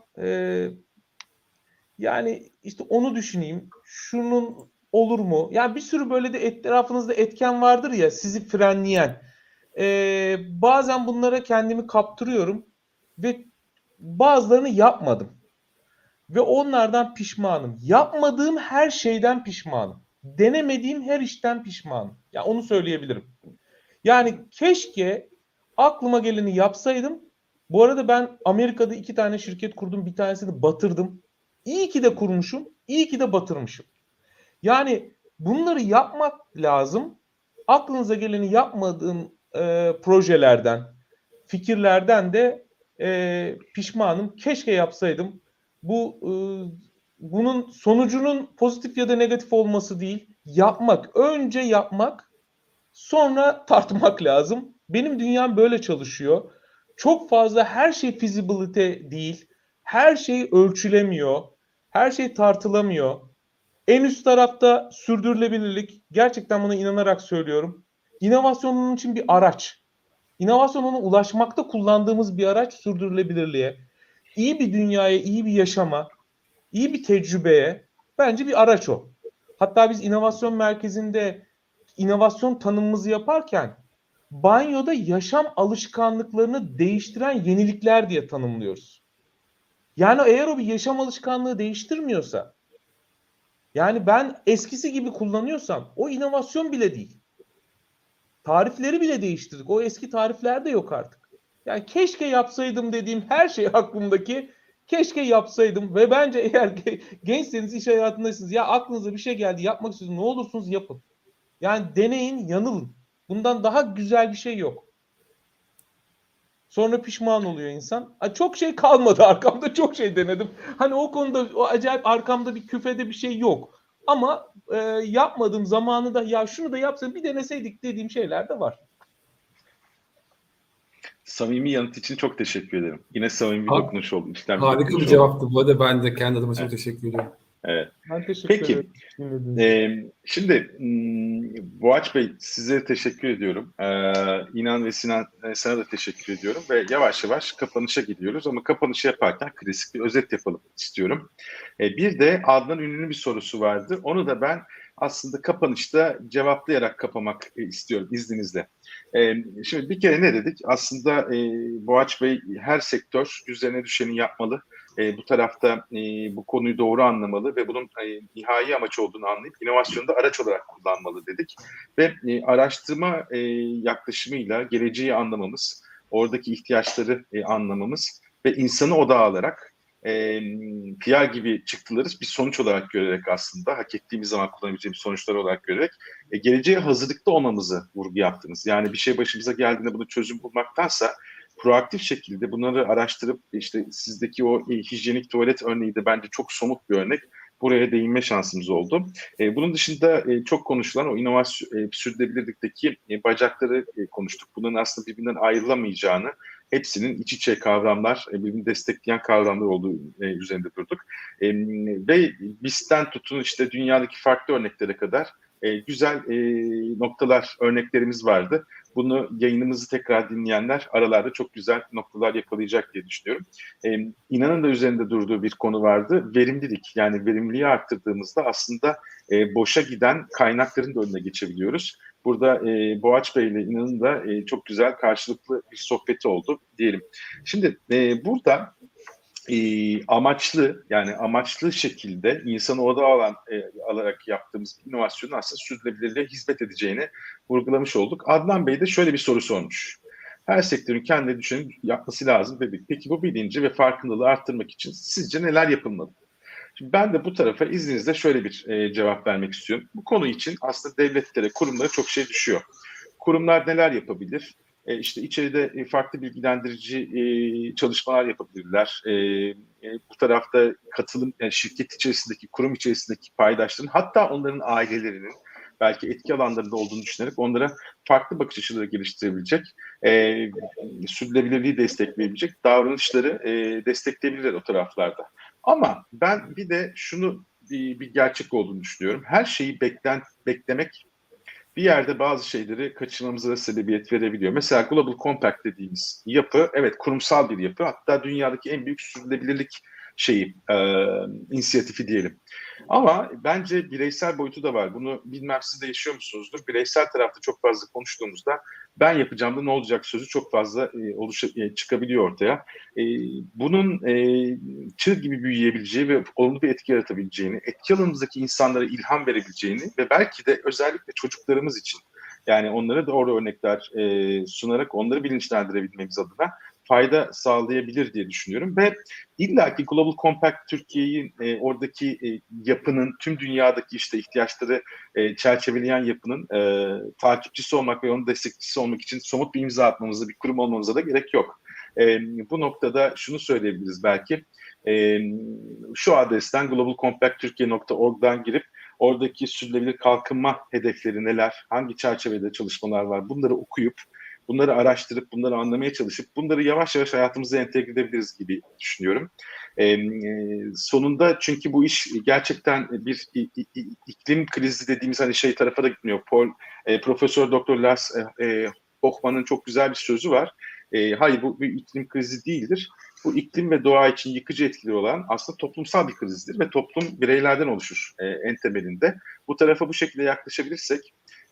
yani işte onu düşüneyim. Şunun olur mu? Yani bir sürü böyle de etrafınızda etken vardır ya sizi frenleyen. Bazen bunlara kendimi kaptırıyorum ve bazılarını yapmadım. Ve onlardan pişmanım. Yapmadığım her şeyden pişmanım. Denemediğim her işten pişmanım. Ya onu söyleyebilirim. Yani keşke aklıma geleni yapsaydım. Bu arada ben Amerika'da 2 tane şirket kurdum. Bir tanesini batırdım. İyi ki de kurmuşum. İyi ki de batırmışım. Yani bunları yapmak lazım. Aklınıza geleni yapmadığım projelerden, fikirlerden de pişmanım. Keşke yapsaydım. Bunun sonucunun pozitif ya da negatif olması değil. Yapmak. Önce yapmak, sonra tartmak lazım. Benim dünyam böyle çalışıyor. Çok fazla her şey feasibility değil. Her şey ölçülemiyor. Her şey tartılamıyor. En üst tarafta sürdürülebilirlik. Gerçekten buna inanarak söylüyorum. İnovasyon onun için bir araç. İnovasyon ona ulaşmakta kullandığımız bir araç sürdürülebilirliğe. İyi bir dünyaya, iyi bir yaşama, iyi bir tecrübeye bence bir araç o. Hatta biz inovasyon merkezinde inovasyon tanımımızı yaparken banyoda yaşam alışkanlıklarını değiştiren yenilikler diye tanımlıyoruz. Yani eğer o bir yaşam alışkanlığı değiştirmiyorsa, yani ben eskisi gibi kullanıyorsam o inovasyon bile değil. Tarifleri bile değiştirdik. O eski tarifler de yok artık. Yani keşke yapsaydım dediğim her şey aklımdaki, keşke yapsaydım ve bence eğer gençseniz, iş hayatındasınız, ya aklınıza bir şey geldi, yapmak istiyorsunuz, ne olursunuz yapın. Yani deneyin, yanılın. Bundan daha güzel bir şey yok. Sonra pişman oluyor insan. Çok şey kalmadı arkamda, çok şey denedim. Hani o konuda o acayip arkamda bir küfede bir şey yok. Ama yapmadığım zamanı da ya şunu da yapsam bir deneseydik dediğim şeyler de var. Samimi yanıt için çok teşekkür ederim. Yine samimi bir dokunuş oldu. İçten bir Harika dokunuş bir oldu. cevaptı. Bu arada ben de kendi adıma çok Evet. teşekkür ediyorum. Evet. Ben teşekkür Peki. ederim. Dinlediğiniz için. Şimdi Boğaç Bey, size teşekkür ediyorum. İnan ve Sinan, sana da teşekkür ediyorum ve yavaş yavaş kapanışa gidiyoruz ama kapanışı yaparken klasik bir özet yapalım istiyorum. Bir de Adnan Ünlü'nün bir sorusu vardı. Onu da ben aslında kapanışta cevaplayarak kapamak istiyorum izninizle. Şimdi bir kere ne dedik? Aslında Boğaç Bey her sektör üzerine düşeni yapmalı. Bu tarafta bu konuyu doğru anlamalı ve bunun nihai amaç olduğunu anlayıp inovasyonu da araç olarak kullanmalı dedik. Ve araştırma yaklaşımıyla geleceği anlamamız, oradaki ihtiyaçları anlamamız ve insanı odağa alarak PR gibi çıktıları bir sonuç olarak görerek aslında hak ettiğimiz zaman kullanabileceğimiz sonuçlar olarak görerek geleceğe hazırlıklı olmamızı vurgu yaptınız. Yani bir şey başımıza geldiğinde bunu çözüm bulmaktansa proaktif şekilde bunları araştırıp işte sizdeki o hijyenik tuvalet örneği de bence çok somut bir örnek. Buraya değinme şansımız oldu. Bunun dışında çok konuşulan o inovasyon, sürdürülebilirlikteki bacakları konuştuk. Bunların aslında birbirinden ayrılamayacağını, hepsinin iç içe kavramlar, birbirini destekleyen kavramlar olduğu üzerinde durduk. Ve BIS'ten tutun işte dünyadaki farklı örneklere kadar güzel noktalar, örneklerimiz vardı. Bunu yayınımızı tekrar dinleyenler aralarda çok güzel noktalar yakalayacak diye düşünüyorum. İnanın da üzerinde durduğu bir konu vardı. Verimlilik. Yani verimliliği arttırdığımızda aslında boşa giden kaynakların da önüne geçebiliyoruz. Burada Boğaç Bey ile İnanın da çok güzel karşılıklı bir sohbeti oldu diyelim. Şimdi burada amaçlı şekilde insanı odağa alarak yaptığımız inovasyonun aslında sürdürülebilirliğe hizmet edeceğini vurgulamış olduk. Adnan Bey de şöyle bir soru sormuş. Her sektörün kendi düşünüp yapması lazım dedik. Peki bu bilinci ve farkındalığı arttırmak için sizce neler yapılmalı? Şimdi ben de bu tarafa izninizle şöyle bir cevap vermek istiyorum. Bu konu için aslında devletlere, kurumlara çok şey düşüyor. Kurumlar neler yapabilir? İşte içeride farklı bilgilendirici çalışmalar yapabilirler. Bu tarafta katılım, yani şirket içerisindeki, kurum içerisindeki paydaşların, hatta onların ailelerinin belki etki alanlarında olduğunu düşünerek onlara farklı bakış açıları geliştirebilecek, sürdürülebilirliği destekleyebilecek davranışları destekleyebilirler o taraflarda. Ama ben bir de şunu bir gerçek olduğunu düşünüyorum. Her şeyi beklemek bir yerde bazı şeyleri kaçırmamıza da sebebiyet verebiliyor. Mesela Global Compact dediğimiz yapı, evet kurumsal bir yapı. Hatta dünyadaki en büyük sürdürülebilirlik inisiyatifi diyelim. Ama bence bireysel boyutu da var. Bunu bilmem siz de yaşıyor musunuzdur. Bireysel tarafta çok fazla konuştuğumuzda ben yapacağım da ne olacak sözü çok fazla çıkabiliyor ortaya. Bunun çığ gibi büyüyebileceği ve olumlu bir etki yaratabileceğini, etki alanımızdaki insanlara ilham verebileceğini ve belki de özellikle çocuklarımız için, yani onlara doğru örnekler sunarak onları bilinçlendirebilmemiz adına fayda sağlayabilir diye düşünüyorum. Ve illaki Global Compact Türkiye'yi oradaki yapının, tüm dünyadaki işte ihtiyaçları çerçeveleyen yapının takipçisi olmak ve onun destekçisi olmak için somut bir imza atmamıza, bir kurum olmamıza da gerek yok. Bu noktada şunu söyleyebiliriz belki. Şu adresten globalcompacttürkiye.org'dan girip oradaki sürdürülebilir kalkınma hedefleri neler, hangi çerçevede çalışmalar var, bunları okuyup, bunları araştırıp, bunları anlamaya çalışıp, bunları yavaş yavaş hayatımıza entegre edebiliriz gibi düşünüyorum. Sonunda çünkü bu iş gerçekten bir iklim krizi dediğimiz hani şey tarafa da gitmiyor. Profesör Doktor Lars Hochman'ın çok güzel bir sözü var. Hayır bu bir iklim krizi değildir. Bu iklim ve doğa için yıkıcı etkileri olan aslında toplumsal bir krizdir ve toplum bireylerden oluşur en temelinde. Bu tarafa bu şekilde yaklaşabilirsek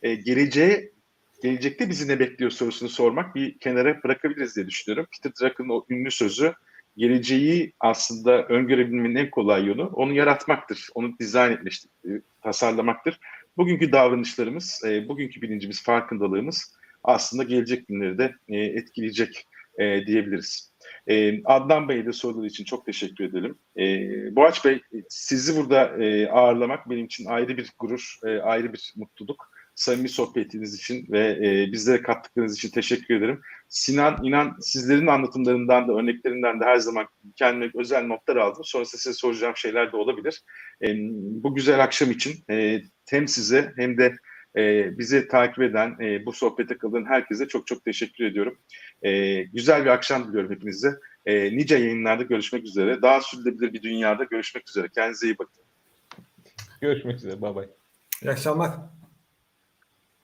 gelecekte bizi ne bekliyor sorusunu sormak bir kenara bırakabiliriz diye düşünüyorum. Peter Drucker'ın o ünlü sözü, geleceği aslında öngörebilmenin en kolay yolu onu yaratmaktır, onu dizayn etmiştir, tasarlamaktır. Bugünkü davranışlarımız, bugünkü bilincimiz, farkındalığımız aslında gelecek günleri de etkileyecek diyebiliriz. Adnan Bey'e de soruları için çok teşekkür ederim. Boğaç Bey, sizi burada ağırlamak benim için ayrı bir gurur, ayrı bir mutluluk. samimi sohbetiniz için ve bizlere kattıklarınız için teşekkür ederim. Sinan, inan sizlerin anlatımlarından da, örneklerinden de her zaman kendime özel notlar aldım. Sonrasında size soracağım şeyler de olabilir. Bu güzel akşam için hem size hem de bizi takip eden, bu sohbete katılan herkese çok çok teşekkür ediyorum. Güzel bir akşam diliyorum hepinize. Nice yayınlarda görüşmek üzere. Daha sürdürülebilir bir dünyada görüşmek üzere. Kendinize iyi bakın. Görüşmek üzere. Bye bye. İyi akşamlar.